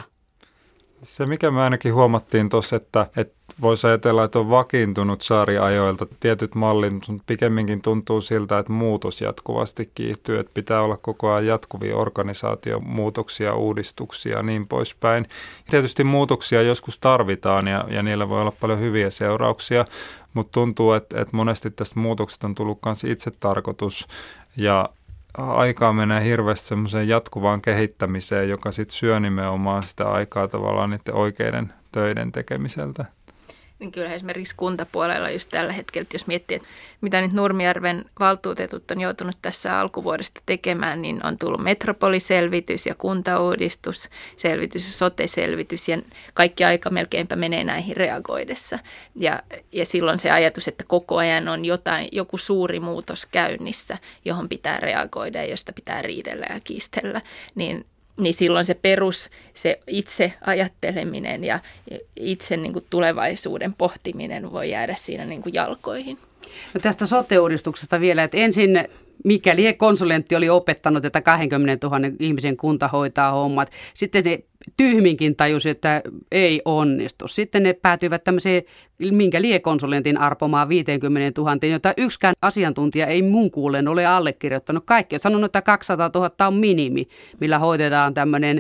Se, mikä me ainakin huomattiin tuossa, että, että voisi ajatella, että on vakiintunut saariajoilta tietyt mallit, mutta pikemminkin tuntuu siltä, että muutos jatkuvasti kiihtyy, että pitää olla koko ajan jatkuvia organisaatiomuutoksia, uudistuksia ja niin poispäin. Tietysti muutoksia joskus tarvitaan ja, ja niillä voi olla paljon hyviä seurauksia, mutta tuntuu, että, että monesti tästä muutoksesta on tullut myös itse tarkoitus ja aikaa menee hirveästi semmoiseen jatkuvaan kehittämiseen, joka sitten syö nimenomaan sitä aikaa tavallaan niiden oikeiden töiden tekemiseltä. Niin kyllä esimerkiksi kuntapuolella just tällä hetkellä, jos miettii, että mitä nyt Nurmijärven valtuutetut on joutunut tässä alkuvuodesta tekemään, niin on tullut metropoliselvitys ja kuntauudistus, selvitys ja sote-selvitys ja kaikki aika melkeinpä menee näihin reagoidessa. Ja, ja silloin se ajatus, että koko ajan on jotain, joku suuri muutos käynnissä, johon pitää reagoida ja josta pitää riidellä ja kiistellä, niin niin silloin se perus, se itse ajatteleminen ja itse niin kuin tulevaisuuden pohtiminen voi jäädä siinä niin kuin jalkoihin. No tästä sote-uudistuksesta vielä, että ensin mikäli konsulentti oli opettanut, että kaksikymmentätuhatta ihmisen kunta hoitaa hommat, sitten ne tyhminkin tajusi, että ei onnistu. Sitten ne päätyivät tämmöiseen, minkä liekonsulentin arpomaan viisikymmentätuhatta, jota yksikään asiantuntija ei mun kuulen ole allekirjoittanut. Kaikki on sanonut, että kaksisataatuhatta on minimi, millä hoidetaan tämmöinen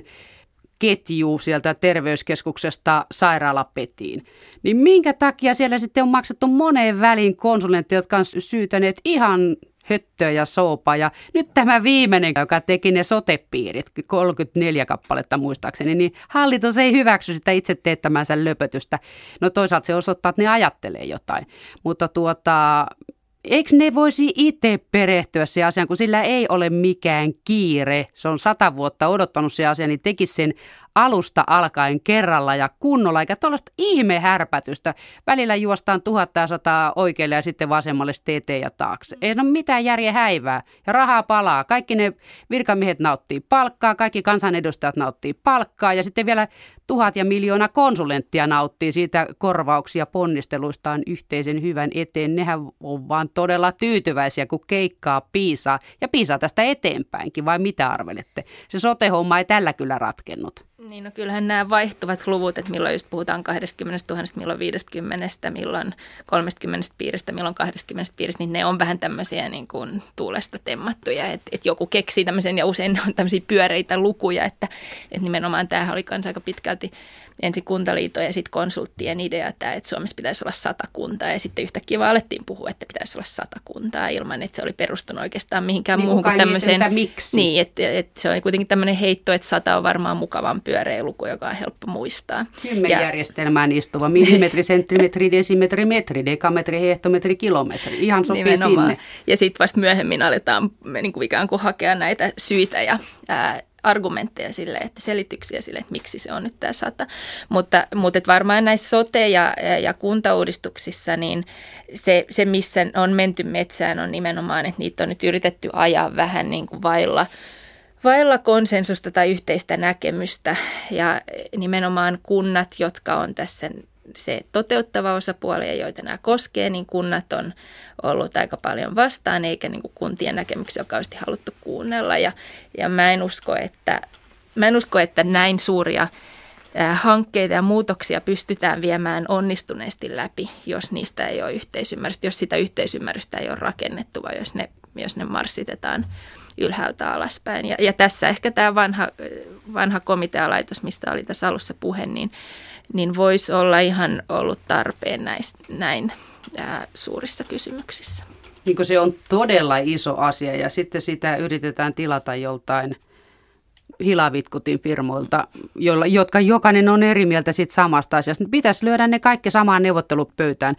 ketju sieltä terveyskeskuksesta sairaalapetiin. Niin minkä takia siellä sitten on maksettu moneen väliin konsulentteja, jotka on syytäneet ihan höttöä ja soopaa. Ja nyt tämä viimeinen, joka teki ne sote-piirit, kolmekymmentäneljä kappaletta muistaakseni, niin hallitus ei hyväksy sitä itse teettämänsä löpötystä. No toisaalta se osoittaa, että ne ajattelee jotain. Mutta tuota, eikö ne voisi itse perehtyä se asiaan, kun sillä ei ole mikään kiire. Se on sata vuotta odottanut se asia, niin tekisi sen alusta alkaen kerralla ja kunnolla, eikä tuollaista ihmehärpätystä. Välillä juostaan tuhatta ja sataa oikealle ja sitten vasemmalle eteen ja taakse. Ei ole mitään järjen häivää ja rahaa palaa. Kaikki ne virkamiehet nauttii palkkaa, kaikki kansanedustajat nauttii palkkaa ja sitten vielä tuhat ja miljoona konsulenttia nauttii siitä korvauksia ponnisteluistaan yhteisen hyvän eteen. Nehän on vaan todella tyytyväisiä, kun keikkaa piisaa ja piisaa tästä eteenpäinkin, vai mitä arvelette? Se sote-homma ei tällä kyllä ratkennut. Niin, no kyllähän nämä vaihtuvat luvut, että milloin just puhutaan kaksikymmentätuhatta, milloin viisikymmentä, milloin kolmekymmentä piiristä, milloin kaksikymmentä piiristä, niin ne on vähän tämmöisiä niin kuin tuulesta temmattuja, että, että joku keksii tämmöisen ja usein ne on tämmöisiä pyöreitä lukuja, että, että nimenomaan tämähän oli kanssa aika pitkälti ensin Kuntaliiton ja sitten konsulttien idea, että, että Suomessa pitäisi olla sata kuntaa ja sitten yhtäkkiä vaan alettiin puhua, että pitäisi olla sata kuntaa ilman, että se oli perustunut oikeastaan mihinkään niin muuhun kuin tämmöiseen. Että miksi? Niin, että, että se oli kuitenkin tämmöinen heitto, että sata on varmaan mukavan pyöreä luku, joka on helppo muistaa. Kymmenjärjestelmään istuva millimetri, senttimetri, desimetri, metri, dekametri, hehtometri, kilometri. Ihan sopii nimenomaan sinne. Ja sitten vasta myöhemmin aletaan niin kuin ikään kuin hakea näitä syitä ja ää, argumentteja sille, että selityksiä sille, että miksi se on nyt tämä sata. Mutta, mutta että varmaan näissä sote- ja, ja kuntauudistuksissa, niin se, se, missä on menty metsään, on nimenomaan, että niitä on nyt yritetty ajaa vähän niin kuin vailla, vailla konsensusta tai yhteistä näkemystä. Ja nimenomaan kunnat, jotka on tässä se toteuttava osapuoli ja joita nämä koskee, niin kunnat on ollut aika paljon vastaan, eikä niin kuin kuntien näkemyksiä ole kauheasti haluttu kuunnella. Ja, ja mä en usko, että, mä en usko, että näin suuria äh, hankkeita ja muutoksia pystytään viemään onnistuneesti läpi, jos niistä ei ole yhteisymmärrystä, jos sitä yhteisymmärrystä ei ole rakennettu, vai jos ne, jos ne marssitetaan ylhäältä alaspäin. Ja, ja tässä ehkä tämä vanha, vanha komitealaitos, mistä oli tässä alussa puhe, niin niin voisi olla ihan ollut tarpeen näistä, näin ää, suurissa kysymyksissä. Niin kuin se on todella iso asia ja sitten sitä yritetään tilata joltain hilavitkutin firmoilta, jolla, jotka jokainen on eri mieltä siitä samasta asiasta. Pitäisi lyödä ne kaikki samaan neuvottelupöytään.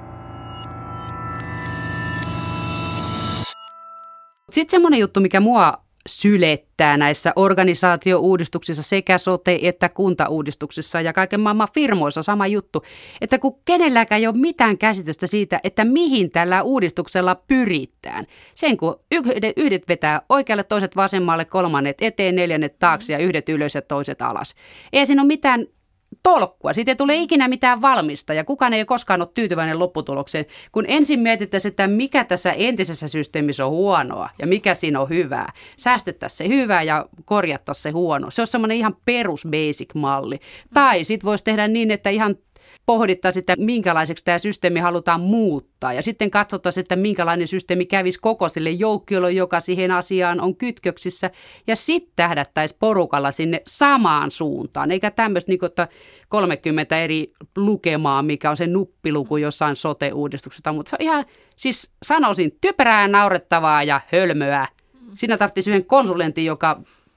Sitten semmoinen juttu, mikä mua sylettää näissä organisaatio-uudistuksissa sekä sote- että kuntauudistuksissa ja kaiken maailman firmoissa sama juttu, että kun kenelläkään ei ole mitään käsitystä siitä, että mihin tällä uudistuksella pyritään. Sen kun yhdet vetää oikealle, toiset vasemmalle, kolmannet eteen, neljännet taakse ja yhdet ylös ja toiset alas. Ei siinä ole mitään tolkkua. Siitä ei tule ikinä mitään valmista ja kukaan ei ole koskaan ole tyytyväinen lopputulokseen, kun ensin mietittäisiin, että mikä tässä entisessä systeemissä on huonoa ja mikä siinä on hyvää. Säästettäisiin se hyvä ja korjattaisiin se huono. Se on semmoinen ihan perus basic malli. Tai sitten voisi tehdä niin, että ihan pohdittaisiin, että minkälaiseksi tämä systeemi halutaan muuttaa ja sitten katsottaisiin, että minkälainen systeemi kävisi koko sille joukkiolle, joka siihen asiaan on kytköksissä ja sitten tähdättäisiin porukalla sinne samaan suuntaan, eikä tämmöistä niin kuin, että kolmekymmentä eri lukemaa, mikä on se nuppiluku jossain sote-uudistuksesta, mutta se on ihan, siis sanoisin, typerää, naurettavaa ja hölmöä. Siinä tarvitsisi yhden konsulentin, joka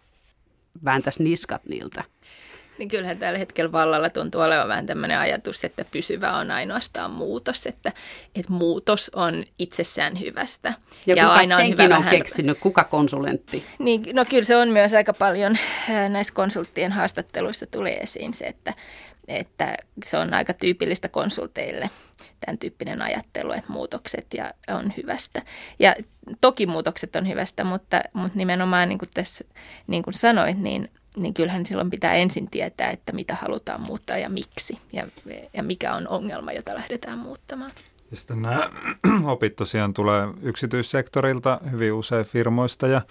vääntäisi niskat niiltä. Niin kyllähän tällä hetkellä vallalla tuntuu olevan vähän tämmöinen ajatus, että pysyvä on ainoastaan muutos, että, että muutos on itsessään hyvästä. Ja, ja kuka aina senkin on, hyvä on vähän keksinyt, kuka konsulentti? Niin, no kyllä se on myös aika paljon, näissä konsulttien haastatteluissa tulee esiin se, että, että se on aika tyypillistä konsulteille, tämän tyyppinen ajattelu, että muutokset ja on hyvästä. Ja toki muutokset on hyvästä, mutta, mutta nimenomaan niin kuin tässä niin kuin sanoit, niin niin kyllähän silloin pitää ensin tietää, että mitä halutaan muuttaa ja miksi ja, ja mikä on ongelma, jota lähdetään muuttamaan. Ja sitten nämä opit tosiaan tulee yksityissektorilta, hyvin usein firmoista ja,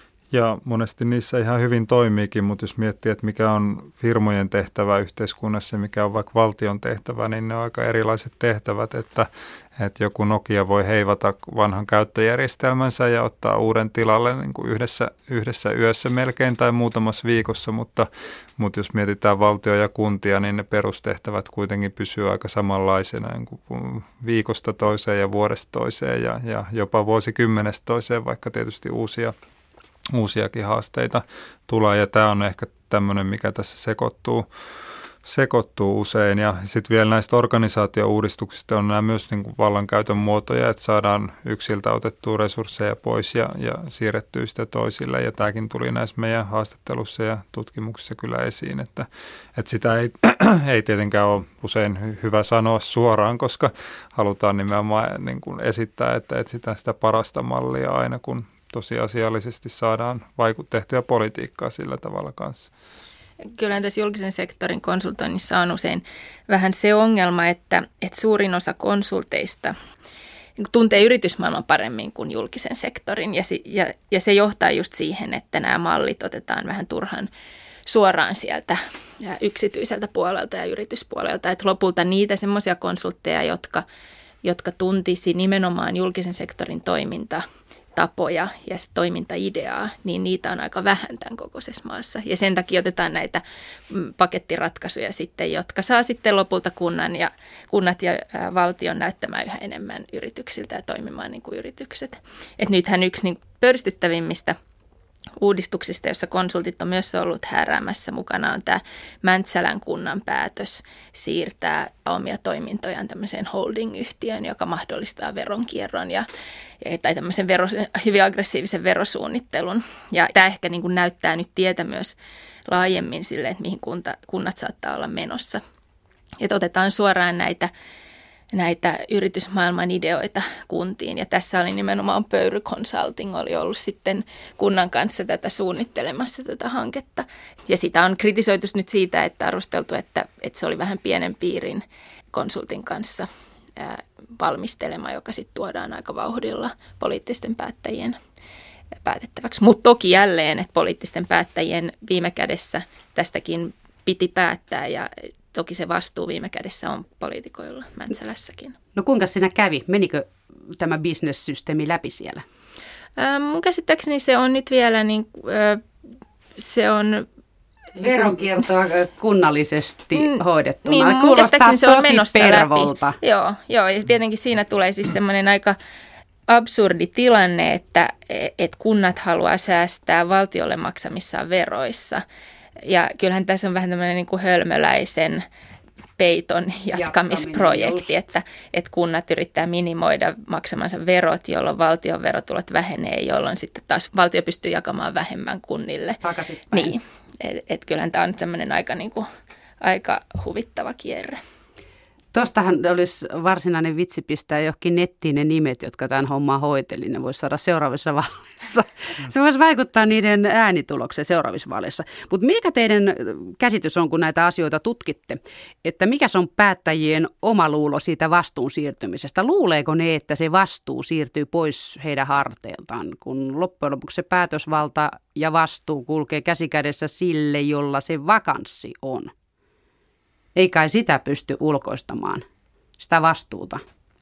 ja monesti niissä ihan hyvin toimiikin, mutta jos miettii, että mikä on firmojen tehtävä yhteiskunnassa ja mikä on vaikka valtion tehtävä, niin ne on aika erilaiset tehtävät, että että joku Nokia voi heivata vanhan käyttöjärjestelmänsä ja ottaa uuden tilalle niin kuin yhdessä, yhdessä yössä melkein tai muutamassa viikossa, mutta, mutta jos mietitään valtio ja kuntia, niin ne perustehtävät kuitenkin pysyy aika samanlaisena niin kuin viikosta toiseen ja vuodesta toiseen ja, ja jopa vuosikymmenestä toiseen, vaikka tietysti uusia, uusiakin haasteita tulee ja tämä on ehkä tämmöinen, mikä tässä sekoittuu. sekoittuu usein ja sitten vielä näistä organisaatio-uudistuksista on nämä myös niin kuin vallankäytön muotoja, että saadaan yksiltä otettua resursseja pois ja, ja siirrettyä sitä toisille ja tämäkin tuli näissä meidän haastattelussa ja tutkimuksissa kyllä esiin, että, että sitä ei, ei tietenkään ole usein hyvä sanoa suoraan, koska halutaan nimenomaan niin kuin esittää, että etsitään sitä parasta mallia aina, kun tosiasiallisesti saadaan vaikut- tehtyä politiikkaa sillä tavalla kanssa. Kyllähän tässä julkisen sektorin konsultoinnissa on usein vähän se ongelma, että, että suurin osa konsulteista tuntee yritysmaailman paremmin kuin julkisen sektorin ja, ja, ja se johtaa just siihen, että nämä mallit otetaan vähän turhan, suoraan sieltä yksityiseltä puolelta ja yrityspuolelta. Että lopulta niitä semmoisia konsultteja, jotka, jotka tuntisi nimenomaan julkisen sektorin toimintatapoja ja toimintaideaa, niin niitä on aika vähän tämän kokoisessa maassa. Ja sen takia otetaan näitä pakettiratkaisuja sitten, jotka saa sitten lopulta kunnan ja, kunnat ja valtion näyttämään yhä enemmän yrityksiltä ja toimimaan niin kuin yritykset. Et nythän yksi niin pöyristyttävimmistä uudistuksista, jossa konsultit on myös ollut häräämässä mukana, on tämä Mäntsälän kunnan päätös siirtää omia toimintojaan tämmöiseen holding-yhtiöön, joka mahdollistaa veronkierron ja, tai tämmöisen vero, hyvin aggressiivisen verosuunnittelun. Ja tämä ehkä niin kuin näyttää nyt tietä myös laajemmin sille, että mihin kunta, kunnat saattaa olla menossa. Että otetaan suoraan näitä näitä yritysmaailman ideoita kuntiin. Ja tässä oli nimenomaan Pöyry Consulting, oli ollut sitten kunnan kanssa tätä suunnittelemassa tätä hanketta. Ja sitä on kritisoitu nyt siitä, että arvosteltu, että, että se oli vähän pienen piirin konsultin kanssa ää, valmistelema, joka sitten tuodaan aika vauhdilla poliittisten päättäjien päätettäväksi. Mutta toki jälleen, että poliittisten päättäjien viime kädessä tästäkin piti päättää ja toki se vastuu viime kädessä on poliitikoilla Mäntsälässäkin. No kuinka siinä kävi? Menikö tämä business-systeemi läpi siellä? Ää, mun käsittääkseni se on nyt vielä, niin, ää, se on veronkiertoa kunnallisesti mm, hoidettuna. Niin, kuulostaa se on tosi menossa pervolta. Läpi. Joo, joo, ja tietenkin siinä tulee siis semmoinen aika absurdi tilanne, että et kunnat haluaa säästää valtiolle maksamissaan veroissa. Ja kyllähän tässä on vähän tämmöinen niin kuin hölmöläisen peiton jatkamisprojekti, että, että kunnat yrittää minimoida maksamansa verot, jolloin valtion verotulot vähenee, jolloin sitten taas valtio pystyy jakamaan vähemmän kunnille. Takaisinpäin. Niin, että et kyllähän tämä on nyt semmoinen aika, niin kuin, aika huvittava kierre. Tuostahan olisi varsinainen vitsi pistää johonkin nettiin ne nimet, jotka tämän homman hoiteli. Ne voisi saada seuraavissa vaaleissa. Se voisi vaikuttaa niiden äänitulokseen seuraavissa vaaleissa. Mutta mikä teidän käsitys on, kun näitä asioita tutkitte? Että mikä on päättäjien oma luulo siitä vastuun siirtymisestä? Luuleeko ne, että se vastuu siirtyy pois heidän harteiltaan, kun loppujen lopuksi se päätösvalta ja vastuu kulkee käsikädessä sille, jolla se vakanssi on? Ei kai sitä pysty ulkoistamaan, sitä vastuuta.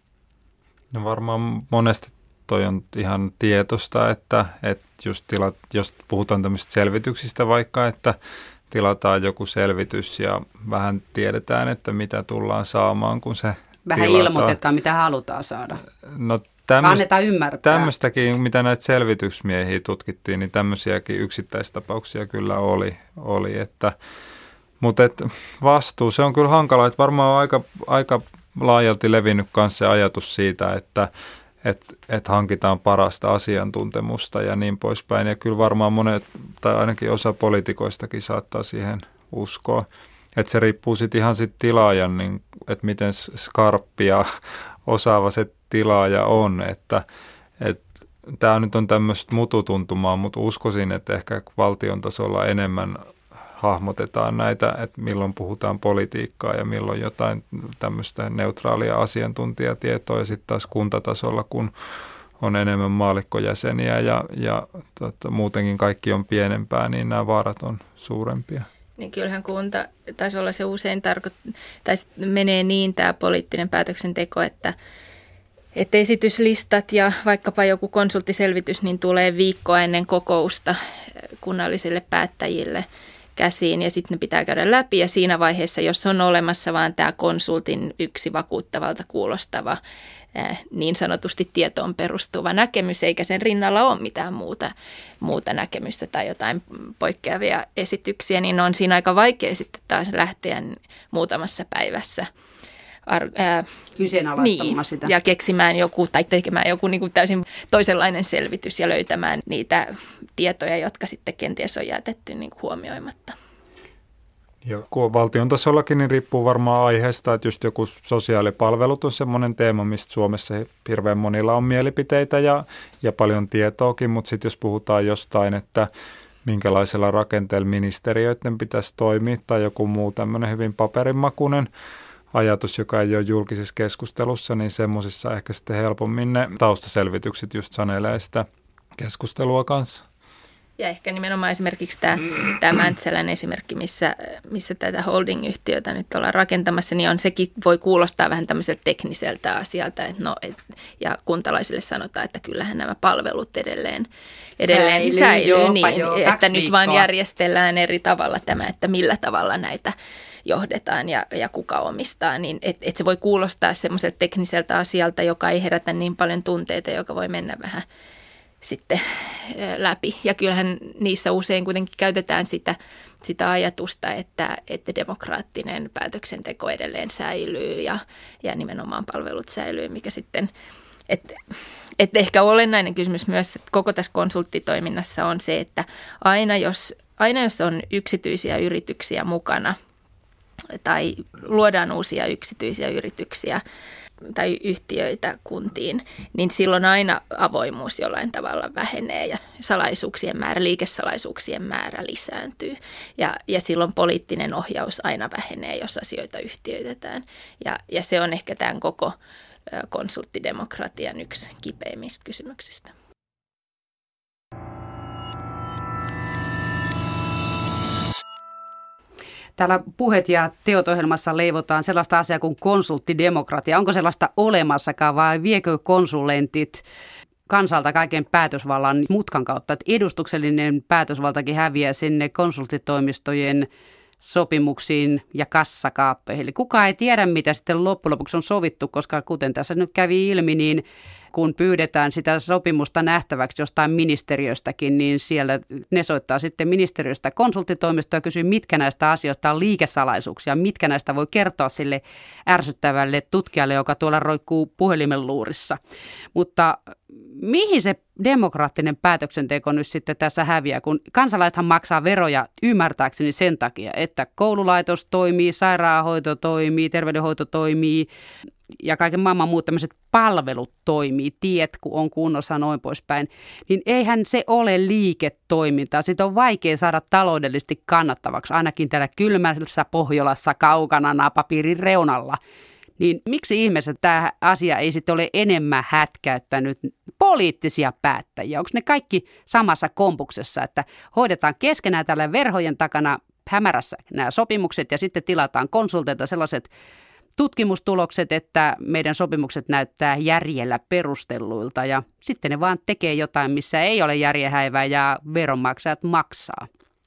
No varmaan monesti toi on ihan tietoista, että, että just tilat, jos puhutaan tämmöisistä selvityksistä vaikka, että tilataan joku selvitys ja vähän tiedetään, että mitä tullaan saamaan, kun se vähän tilataan. Ilmoitetaan, mitä halutaan saada. No tämmöistä, ymmärtää. Tämmöistäkin, mitä näitä selvitysmiehiä tutkittiin, niin tämmöisiäkin yksittäistapauksia kyllä oli, oli että mutta vastuu, se on kyllä hankala, että varmaan on aika, aika laajalti levinnyt myös se ajatus siitä, että et, et hankitaan parasta asiantuntemusta ja niin poispäin. Ja kyllä varmaan monet, tai ainakin osa poliitikoistakin saattaa siihen uskoa. Että se riippuu sitten ihan sit tilaajan, niin, että miten skarppi ja osaava se tilaaja on. Että et, tämä nyt on tämmöistä mututuntumaa, mutta uskoisin, että ehkä valtion tasolla enemmän hahmotetaan näitä, että milloin puhutaan politiikkaa ja milloin jotain tämmöistä neutraalia asiantuntijatietoa ja sitten taas kuntatasolla, kun on enemmän maallikkojäseniä ja, ja tota, muutenkin kaikki on pienempää, niin nämä vaarat on suurempia. Niin kyllähän kuntatasolla se usein tarkoittaa, tai menee niin tämä poliittinen päätöksenteko, että että esityslistat ja vaikkapa joku konsulttiselvitys niin tulee viikkoa ennen kokousta kunnallisille päättäjille käsiin ja sitten ne pitää käydä läpi ja siinä vaiheessa, jos on olemassa vaan tämä konsultin yksi vakuuttavalta kuulostava niin sanotusti tietoon perustuva näkemys, eikä sen rinnalla ole mitään muuta, muuta näkemystä tai jotain poikkeavia esityksiä, niin on siinä aika vaikea sitten taas lähteä muutamassa päivässä Ar- ää, kyseenalaistamaan niin, sitä. Ja keksimään joku tai tekemään joku niin kuin täysin toisenlainen selvitys ja löytämään niitä tietoja, jotka sitten kenties on jätetty niin kuin huomioimatta. Ja kun valtion tasollakin, niin riippuu varmaan aiheesta, että just joku sosiaalipalvelut on semmoinen teema, mistä Suomessa hirveän monilla on mielipiteitä ja, ja paljon tietoakin, mutta sitten jos puhutaan jostain, että minkälaisella rakenteella ministeriöiden pitäisi toimia tai joku muu tämmöinen hyvin paperinmakuinen ajatus, joka ei ole julkisessa keskustelussa, niin semmoisissa ehkä sitten helpommin ne taustaselvitykset just sanelee sitä keskustelua kanssa. Ja ehkä nimenomaan esimerkiksi tämä, tämä Mäntsälän esimerkki, missä, missä tätä holding-yhtiötä nyt ollaan rakentamassa, niin on sekin voi kuulostaa vähän tämmöiseltä tekniseltä asialta. Että no, et, ja kuntalaisille sanotaan, että kyllähän nämä palvelut edelleen, edelleen säilyy, säilyy jopa, niin, joo, että nyt viikkoa. Vaan järjestellään eri tavalla tämä, että millä tavalla näitä johdetaan ja, ja kuka omistaa. Niin että et se voi kuulostaa semmoiselta tekniseltä asialta, joka ei herätä niin paljon tunteita, joka voi mennä vähän sitten läpi. Ja kyllähän niissä usein kuitenkin käytetään sitä, sitä ajatusta, että, että demokraattinen päätöksenteko edelleen säilyy ja, ja nimenomaan palvelut säilyy, mikä sitten, että, että ehkä olennainen kysymys myös että koko tässä konsulttitoiminnassa on se, että aina jos, aina jos on yksityisiä yrityksiä mukana tai luodaan uusia yksityisiä yrityksiä, tai yhtiöitä kuntiin, niin silloin aina avoimuus jollain tavalla vähenee ja salaisuuksien määrä, liikesalaisuuksien määrä lisääntyy. Ja, ja silloin poliittinen ohjaus aina vähenee, jos asioita yhtiöitetään. Ja, ja se on ehkä tämän koko konsulttidemokratian yksi kipeimmistä kysymyksistä. Täällä Puheet ja teot -ohjelmassa leivotaan sellaista asiaa kuin konsulttidemokratia. Onko sellaista olemassakaan vai viekö konsulentit kansalta kaiken päätösvallan mutkan kautta? Että edustuksellinen päätösvaltakin häviää sinne konsulttitoimistojen sopimuksiin ja kassakaappeihin. Eli kukaan ei tiedä, mitä sitten loppujen lopuksi on sovittu, koska kuten tässä nyt kävi ilmi, niin kun pyydetään sitä sopimusta nähtäväksi jostain ministeriöstäkin, niin siellä ne soittaa sitten ministeriöstä konsulttitoimistoa ja kysyy, mitkä näistä asioista on liikesalaisuuksia, mitkä näistä voi kertoa sille ärsyttävälle tutkijalle, joka tuolla roikkuu puhelimen luurissa. Mutta mihin se demokraattinen päätöksenteko nyt sitten tässä häviää, kun kansalaisethan maksaa veroja ymmärtääkseni sen takia, että koululaitos toimii, sairaanhoito toimii, terveydenhoito toimii, ja kaiken maailman muut tämmöiset palvelut toimii, tiet kun on kunnossa noin poispäin, niin eihän se ole liiketoimintaa. Sitä on vaikea saada taloudellisesti kannattavaksi, ainakin täällä kylmässä Pohjolassa kaukana napapiirin reunalla. Niin miksi ihmeessä tämä asia ei sitten ole enemmän hätkäyttänyt poliittisia päättäjiä? Onko ne kaikki samassa kompuksessa, että hoidetaan keskenään tällä verhojen takana hämärässä nämä sopimukset ja sitten tilataan konsulteilta sellaiset tutkimustulokset, että meidän sopimukset näyttää järjellä perustelluilta ja sitten ne vaan tekee jotain, missä ei ole järjenhäivää ja veronmaksajat maksaa.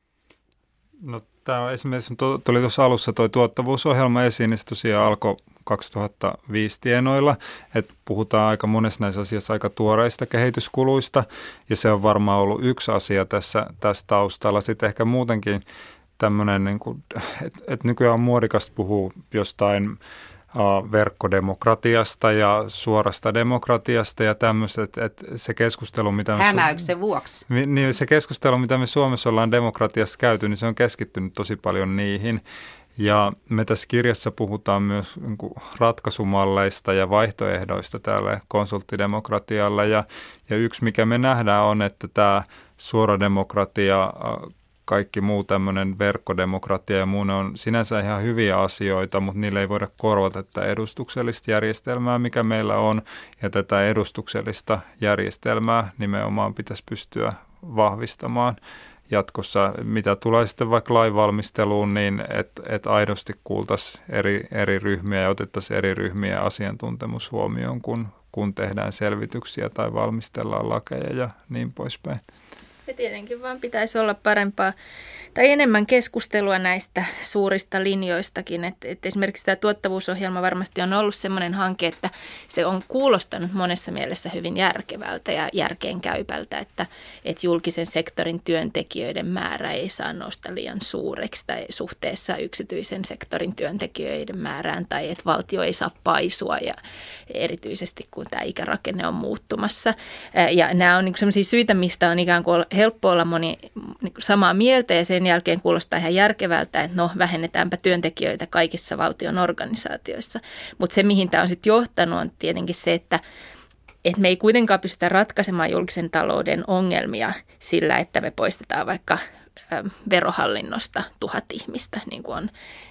No tämä on esimerkiksi, tuli tuossa alussa tuo tuottavuusohjelma esiin, niin se tosiaan alkoi kaksituhattaviisi tienoilla, että puhutaan aika monessa näissä asiassa aika tuoreista kehityskuluista ja se on varmaan ollut yksi asia tässä, tässä taustalla. Sitten ehkä muutenkin tämmöinen, niin että et nykyään on muodikasta puhua jostain uh, verkkodemokratiasta ja suorasta demokratiasta ja tämmöistä, että et se keskustelu, mitä me, hämäyksen vuoksi. Niin, se keskustelu, mitä me Suomessa ollaan demokratiasta käyty, niin se on keskittynyt tosi paljon niihin. Ja me tässä kirjassa puhutaan myös niin kuin ratkaisumalleista ja vaihtoehdoista tälle konsulttidemokratialle. Ja, ja yksi, mikä me nähdään, on, että tämä suora demokratia, kaikki muu tämmöinen verkkodemokratia ja muu, ne on sinänsä ihan hyviä asioita, mutta niillä ei voida korvata tätä edustuksellista järjestelmää, mikä meillä on. Ja tätä edustuksellista järjestelmää nimenomaan pitäisi pystyä vahvistamaan jatkossa, mitä tulee sitten vaikka lainvalmisteluun, niin että et aidosti kuultaisiin eri, eri ryhmiä ja otettaisiin eri ryhmiä asiantuntemus huomioon, kun, kun tehdään selvityksiä tai valmistellaan lakeja ja niin poispäin. Ja tietenkin vaan pitäisi olla parempaa tai enemmän keskustelua näistä suurista linjoistakin. Että, että esimerkiksi tämä tuottavuusohjelma varmasti on ollut sellainen hanke, että se on kuulostanut monessa mielessä hyvin järkevältä ja järkeenkäypältä, että, että julkisen sektorin työntekijöiden määrä ei saa nousta liian suureksi tai suhteessa yksityisen sektorin työntekijöiden määrään tai että valtio ei saa paisua ja erityisesti kun tämä ikärakenne on muuttumassa. Ja nämä on niin sellaisia syitä, mistä on ikään kuin helppo olla moni niin samaa mieltä ja sen jälkeen kuulostaa ihan järkevältä, että no vähennetäänpä työntekijöitä kaikissa valtion organisaatioissa. Mutta se, mihin tämä on sitten johtanut, on tietenkin se, että, että me ei kuitenkaan pystytä ratkaisemaan julkisen talouden ongelmia sillä, että me poistetaan vaikka verohallinnosta tuhat ihmistä, niin kuin on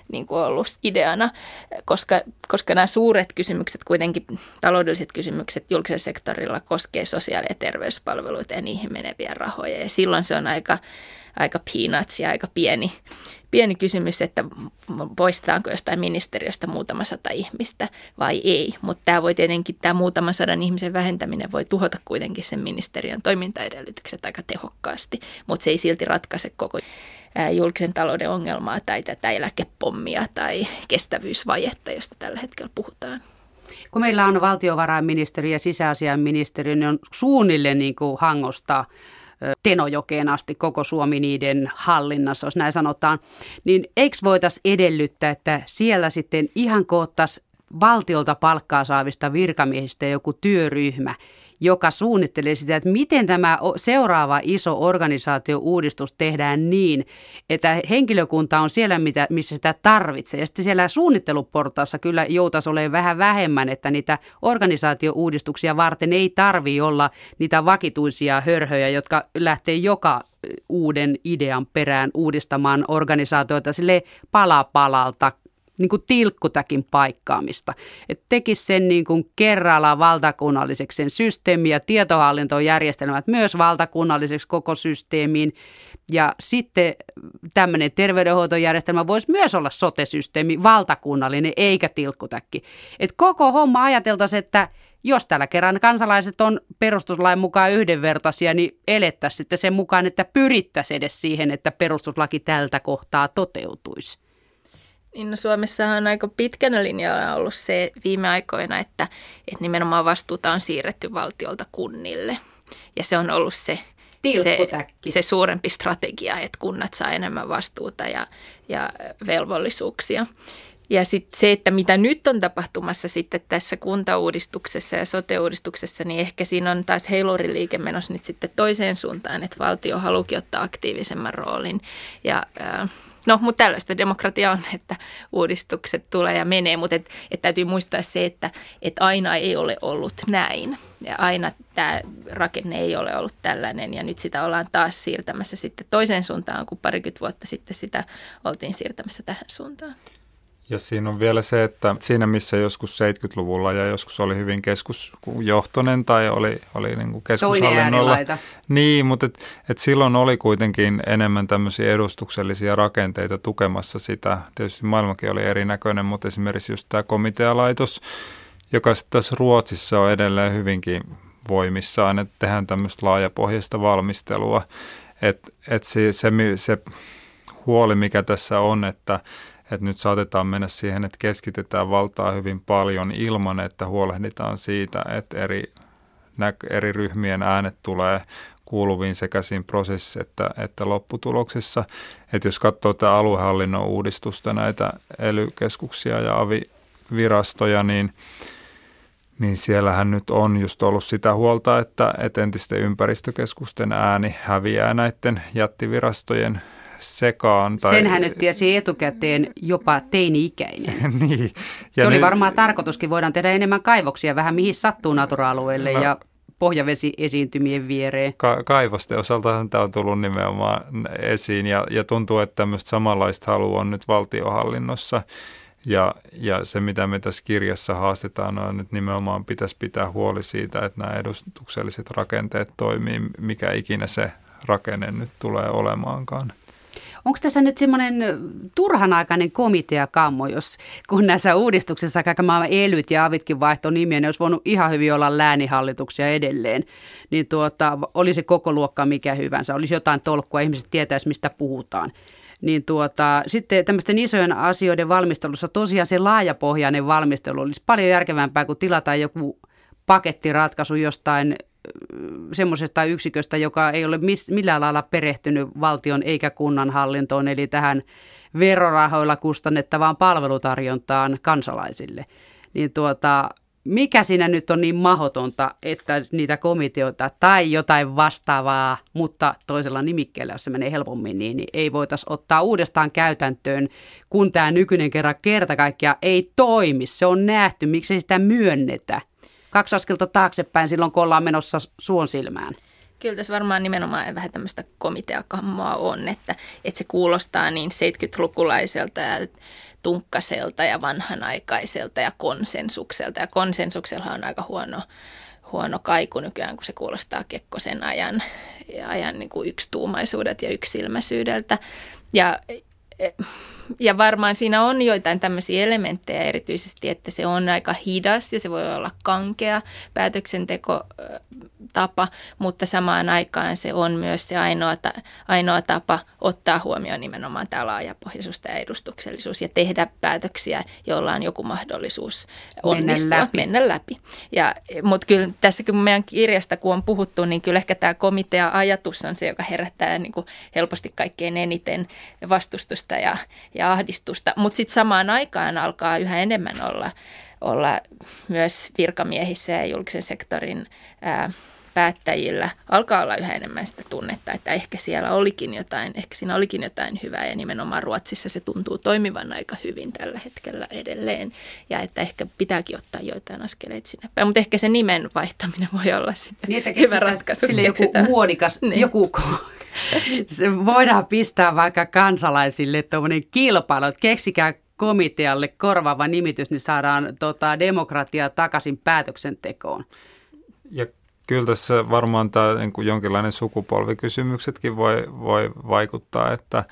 niin kuin ollut ideana, koska, koska nämä suuret kysymykset, kuitenkin taloudelliset kysymykset julkisella sektorilla koskee sosiaali- ja terveyspalveluita ja niihin meneviä rahoja. Ja silloin se on aika, aika peanuts ja aika pieni, pieni kysymys, että poistetaanko jostain ministeriöstä muutama sata ihmistä vai ei. Mutta tämä voi tietenkin, tämä muutaman sadan ihmisen vähentäminen voi tuhota kuitenkin sen ministeriön toimintaedellytykset aika tehokkaasti, mutta se ei silti ratkaise koko julkisen talouden ongelmaa tai tätä eläkepommia tai kestävyysvajetta, josta tällä hetkellä puhutaan. Kun meillä on valtiovarainministeri ja sisäasiainministeri, niin on suunnilleen niin kuin Hangosta Tenojokeen asti koko Suomi niiden hallinnassa, jos näin sanotaan, niin eikö voitaisiin edellyttää, että siellä sitten ihan koottaisiin valtiolta palkkaa saavista virkamiehistä joku työryhmä, joka suunnittelee sitä, että miten tämä seuraava iso organisaatio-uudistus tehdään niin, että henkilökunta on siellä, missä sitä tarvitsee. Ja sitten siellä suunnitteluportaassa kyllä joutaisi olemaan vähän vähemmän, että niitä organisaatio-uudistuksia varten ei tarvitse olla niitä vakituisia hörhöjä, jotka lähtee joka uuden idean perään uudistamaan organisaatioita sille pala palalta, niin kuin tilkkutakin paikkaamista. Että tekisi sen niin kuin kerrallaan valtakunnalliseksi sen systeemi ja tietohallintojärjestelmät myös valtakunnalliseksi koko systeemiin. Ja sitten tämmöinen terveydenhoitojärjestelmä voisi myös olla sote-systeemi valtakunnallinen eikä tilkkutäkki. Että koko homma ajateltaisiin, että jos tällä kerran kansalaiset on perustuslain mukaan yhdenvertaisia, niin elettäisiin sitten sen mukaan, että pyrittäisiin edes siihen, että perustuslaki tältä kohtaa toteutuisi. Niin no Suomessahan on aika pitkänä linjalla ollut se viime aikoina, että, että nimenomaan vastuuta on siirretty valtiolta kunnille. Ja se on ollut se, se, se suurempi strategia, että kunnat saa enemmän vastuuta ja, ja velvollisuuksia. Ja sitten se, että mitä nyt on tapahtumassa sitten tässä kuntauudistuksessa ja sote-uudistuksessa, niin ehkä siinä on taas heiluriliike menossa nyt sitten toiseen suuntaan, että valtio haluukin ottaa aktiivisemman roolin ja äh, No, mutta tällaista demokratia on, että uudistukset tulee ja menee, mutta et, et täytyy muistaa se, että et aina ei ole ollut näin. Ja aina tämä rakenne ei ole ollut tällainen ja nyt sitä ollaan taas siirtämässä sitten toiseen suuntaan, kun parikymmentä vuotta sitten sitä oltiin siirtämässä tähän suuntaan. Ja siinä on vielä se, että siinä missä joskus seitsemänkymmentäluvulla ja joskus oli hyvin keskusjohtoinen tai oli, oli niin kuin keskushallinnolla. Niin, mutta et, et silloin oli kuitenkin enemmän tämmöisiä edustuksellisia rakenteita tukemassa sitä. Tietysti maailmakin oli erinäköinen, mutta esimerkiksi just tämä komitealaitos, joka sitten tässä Ruotsissa on edelleen hyvinkin voimissaan, että tehdään tämmöistä laajapohjaista valmistelua. Että et se, se, se huoli, mikä tässä on, että että nyt saatetaan mennä siihen, että keskitetään valtaa hyvin paljon ilman, että huolehditaan siitä, että eri, eri ryhmien äänet tulee kuuluviin sekä siinä prosessissa että, että lopputuloksessa. Että jos katsoo tätä aluehallinnon uudistusta, näitä E L Y-keskuksia ja avivirastoja, niin, niin siellähän nyt on just ollut sitä huolta, että, että entisten ympäristökeskusten ääni häviää näiden jättivirastojen sekaan. Tai senhän nyt tiesi etukäteen jopa teini-ikäinen. Niin. Ja se oli ne, varmaan tarkoituskin. Voidaan tehdä enemmän kaivoksia vähän mihin sattuu natura-alueelle no, ja pohjavesiesiintymien viereen. Ka- kaivosten osaltahan tämä on tullut nimenomaan esiin ja, ja tuntuu, että tämmöistä samanlaista halua on nyt valtionhallinnossa. Ja, ja se, mitä me tässä kirjassa haastetaan, on nyt nimenomaan pitäisi pitää huoli siitä, että nämä edustukselliset rakenteet toimii, mikä ikinä se rakenne nyt tulee olemaankaan. Onko tässä nyt semmoinen turhanaikainen komiteakammo, jos kun näissä uudistuksissa kaikki maailman elyt ja avitkin vaihtoi nimiä, ne olisi voinut ihan hyvin olla läänihallituksia edelleen, niin tuota, olisi koko luokka mikä hyvänsä, olisi jotain tolkkua, ihmiset tietäisi mistä puhutaan. Niin tuota, sitten tämmöisten isojen asioiden valmistelussa tosiaan se laajapohjainen valmistelu olisi paljon järkevämpää, kuin tilata joku pakettiratkaisu jostain semmoisesta yksiköstä, joka ei ole millään lailla perehtynyt valtion eikä kunnan hallintoon, eli tähän verorahoilla kustannettavaan palvelutarjontaan kansalaisille. Niin tuota, mikä siinä nyt on niin mahdotonta, että niitä komiteoita tai jotain vastaavaa, mutta toisella nimikkeellä, jos se menee helpommin, niin, niin ei voitaisiin ottaa uudestaan käytäntöön, kun tämä nykyinen kerran kerta kaikkiaan ei toimi. Se on nähty, miksi sitä myönnetä. Kaksi askelta taaksepäin silloin, kun ollaan menossa suon silmään. Kyllä tässä varmaan nimenomaan vähän tämmöistä komiteakammoa on, että, että se kuulostaa niin seitsemänkymmentälukulaiselta ja tunkkaselta ja vanhanaikaiselta ja konsensukselta. Ja konsensuksella on aika huono, huono kaiku nykyään, kun se kuulostaa Kekkosen ajan, ajan niin kuin yksituumaisuudet ja yksilmäisyydeltä. Ja Ja varmaan siinä on joitain tämmöisiä elementtejä erityisesti, että se on aika hidas ja se voi olla kankea päätöksentekotapa, mutta samaan aikaan se on myös se ainoa, ta- ainoa tapa ottaa huomioon nimenomaan tämä laajapohjaisuus ja edustuksellisuus ja tehdä päätöksiä, joilla on joku mahdollisuus onnistua, mennä läpi. Mennä läpi. Ja, mutta kyllä tässäkin meidän kirjasta, kun on puhuttu, niin kyllä ehkä tämä komitea-ajatus on se, joka herättää niin kuin helposti kaikkein eniten vastustusta ja ja ahdistusta, mutta sitten samaan aikaan alkaa yhä enemmän olla, olla myös virkamiehissä ja julkisen sektorin ää, päättäjillä alkaa olla yhä enemmän sitä tunnetta, että ehkä siellä olikin jotain, ehkä siinä olikin jotain hyvää ja nimenomaan Ruotsissa se tuntuu toimivan aika hyvin tällä hetkellä edelleen ja että ehkä pitääkin ottaa joitain askeleita sinne päin, mutta ehkä se nimen vaihtaminen voi olla sitten niin, hyvä ratkaisu. Sille joku muodikas, niin. joku se voidaan pistää vaikka kansalaisille tuommoinen kilpailu, että keksikää komitealle korvaava nimitys, niin saadaan tota, demokratiaa takaisin päätöksentekoon. Ja kyllä tässä varmaan tämä niin kuin jonkinlainen sukupolvikysymyksetkin voi, voi vaikuttaa, että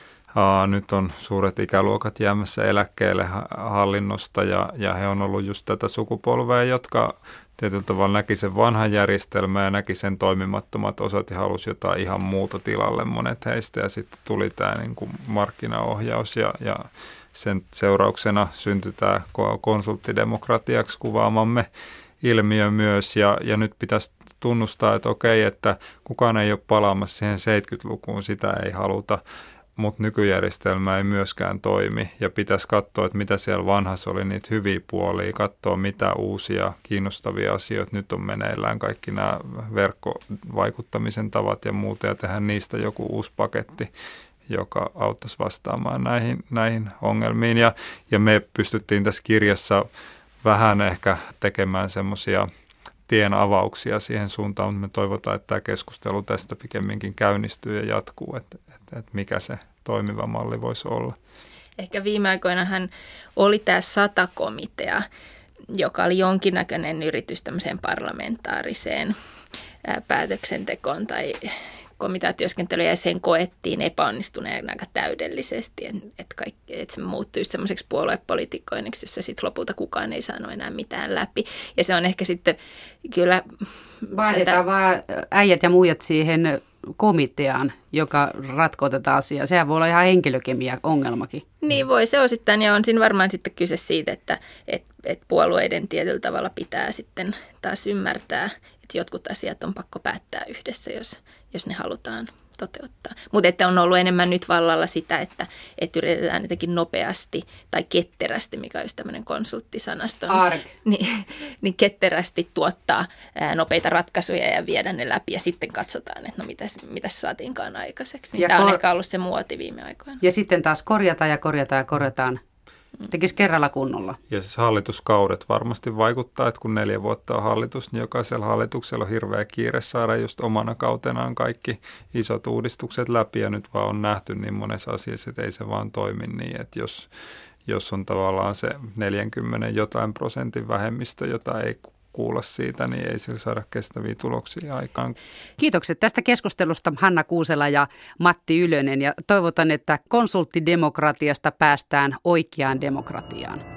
aa, nyt on suuret ikäluokat jäämässä eläkkeelle hallinnosta ja, ja he on ollut just tätä sukupolvea, jotka tietyllä tavalla näki sen vanhan järjestelmän ja näki sen toimimattomat osat ja halusi jotain ihan muuta tilalle monet heistä ja sitten tuli tämä niin kuin markkinaohjaus ja, ja sen seurauksena syntyi tämä konsulttidemokratiaksi kuvaamamme ilmiö myös ja, ja nyt pitäisi tunnustaa, että okei, että kukaan ei ole palaamassa siihen seitsemänkymmentälukuun, sitä ei haluta, mutta nykyjärjestelmä ei myöskään toimi ja pitäisi katsoa, että mitä siellä vanhassa oli niitä hyviä puolia, katsoa mitä uusia kiinnostavia asioita nyt on meneillään, kaikki nämä verkkovaikuttamisen tavat ja muuta ja tehdä niistä joku uusi paketti, joka auttaisi vastaamaan näihin, näihin ongelmiin ja, ja me pystyttiin tässä kirjassa vähän ehkä tekemään semmoisia tien avauksia siihen suuntaan, mutta me toivotaan, että tämä keskustelu tästä pikemminkin käynnistyy ja jatkuu, että, että, että mikä se toimiva malli voisi olla. Ehkä viime aikoinahan oli tämä sata-komitea, joka oli jonkinnäköinen yritys tämmöiseen parlamentaariseen päätöksentekoon tai komiteatyöskentelyä ja sen koettiin epäonnistuneen aika täydellisesti, että, kaikki, että se muuttui semmoiseksi puoluepolitikoinniksi, jossa sitten lopulta kukaan ei saanut enää mitään läpi. Ja se on ehkä sitten kyllä... Vaihdetaan tätä... vaan äijät ja muijat siihen komiteaan, joka ratkoo tätä asiaa. Sehän voi olla ihan henkilökemia ongelmakin. Niin voi se osittain ja on siinä varmaan sitten kyse siitä, että et, et puolueiden tietyllä tavalla pitää sitten taas ymmärtää, että jotkut asiat on pakko päättää yhdessä, jos, jos ne halutaan toteuttaa. Mutta että on ollut enemmän nyt vallalla sitä, että, että yritetään jotenkin nopeasti tai ketterästi, mikä olisi tämmöinen konsulttisanasto, niin, niin ketterästi tuottaa ää, nopeita ratkaisuja ja viedä ne läpi ja sitten katsotaan, että no mitäs, mitäs saatiinkaan aikaiseksi. Niin tämä kor- on ehkä ollut se muoti viime aikoina. Ja sitten taas korjataan ja korjataan ja korjataan. Tekisi kerralla kunnolla. Ja siis hallituskaudet varmasti vaikuttaa, että kun neljä vuotta on hallitus, niin jokaisella hallituksella on hirveä kiire saada just omana kautenaan kaikki isot uudistukset läpi. Ja nyt vaan on nähty niin monessa asiassa, että ei se vaan toimi niin, että jos, jos on tavallaan se neljäkymmentä jotain prosentin vähemmistö, jota ei kuulla siitä, niin ei sillä saada kestäviä tuloksia aikaan. Kiitokset tästä keskustelusta Hanna Kuusela ja Matti Ylönen ja toivotan, että konsulttidemokratiasta päästään oikeaan demokratiaan.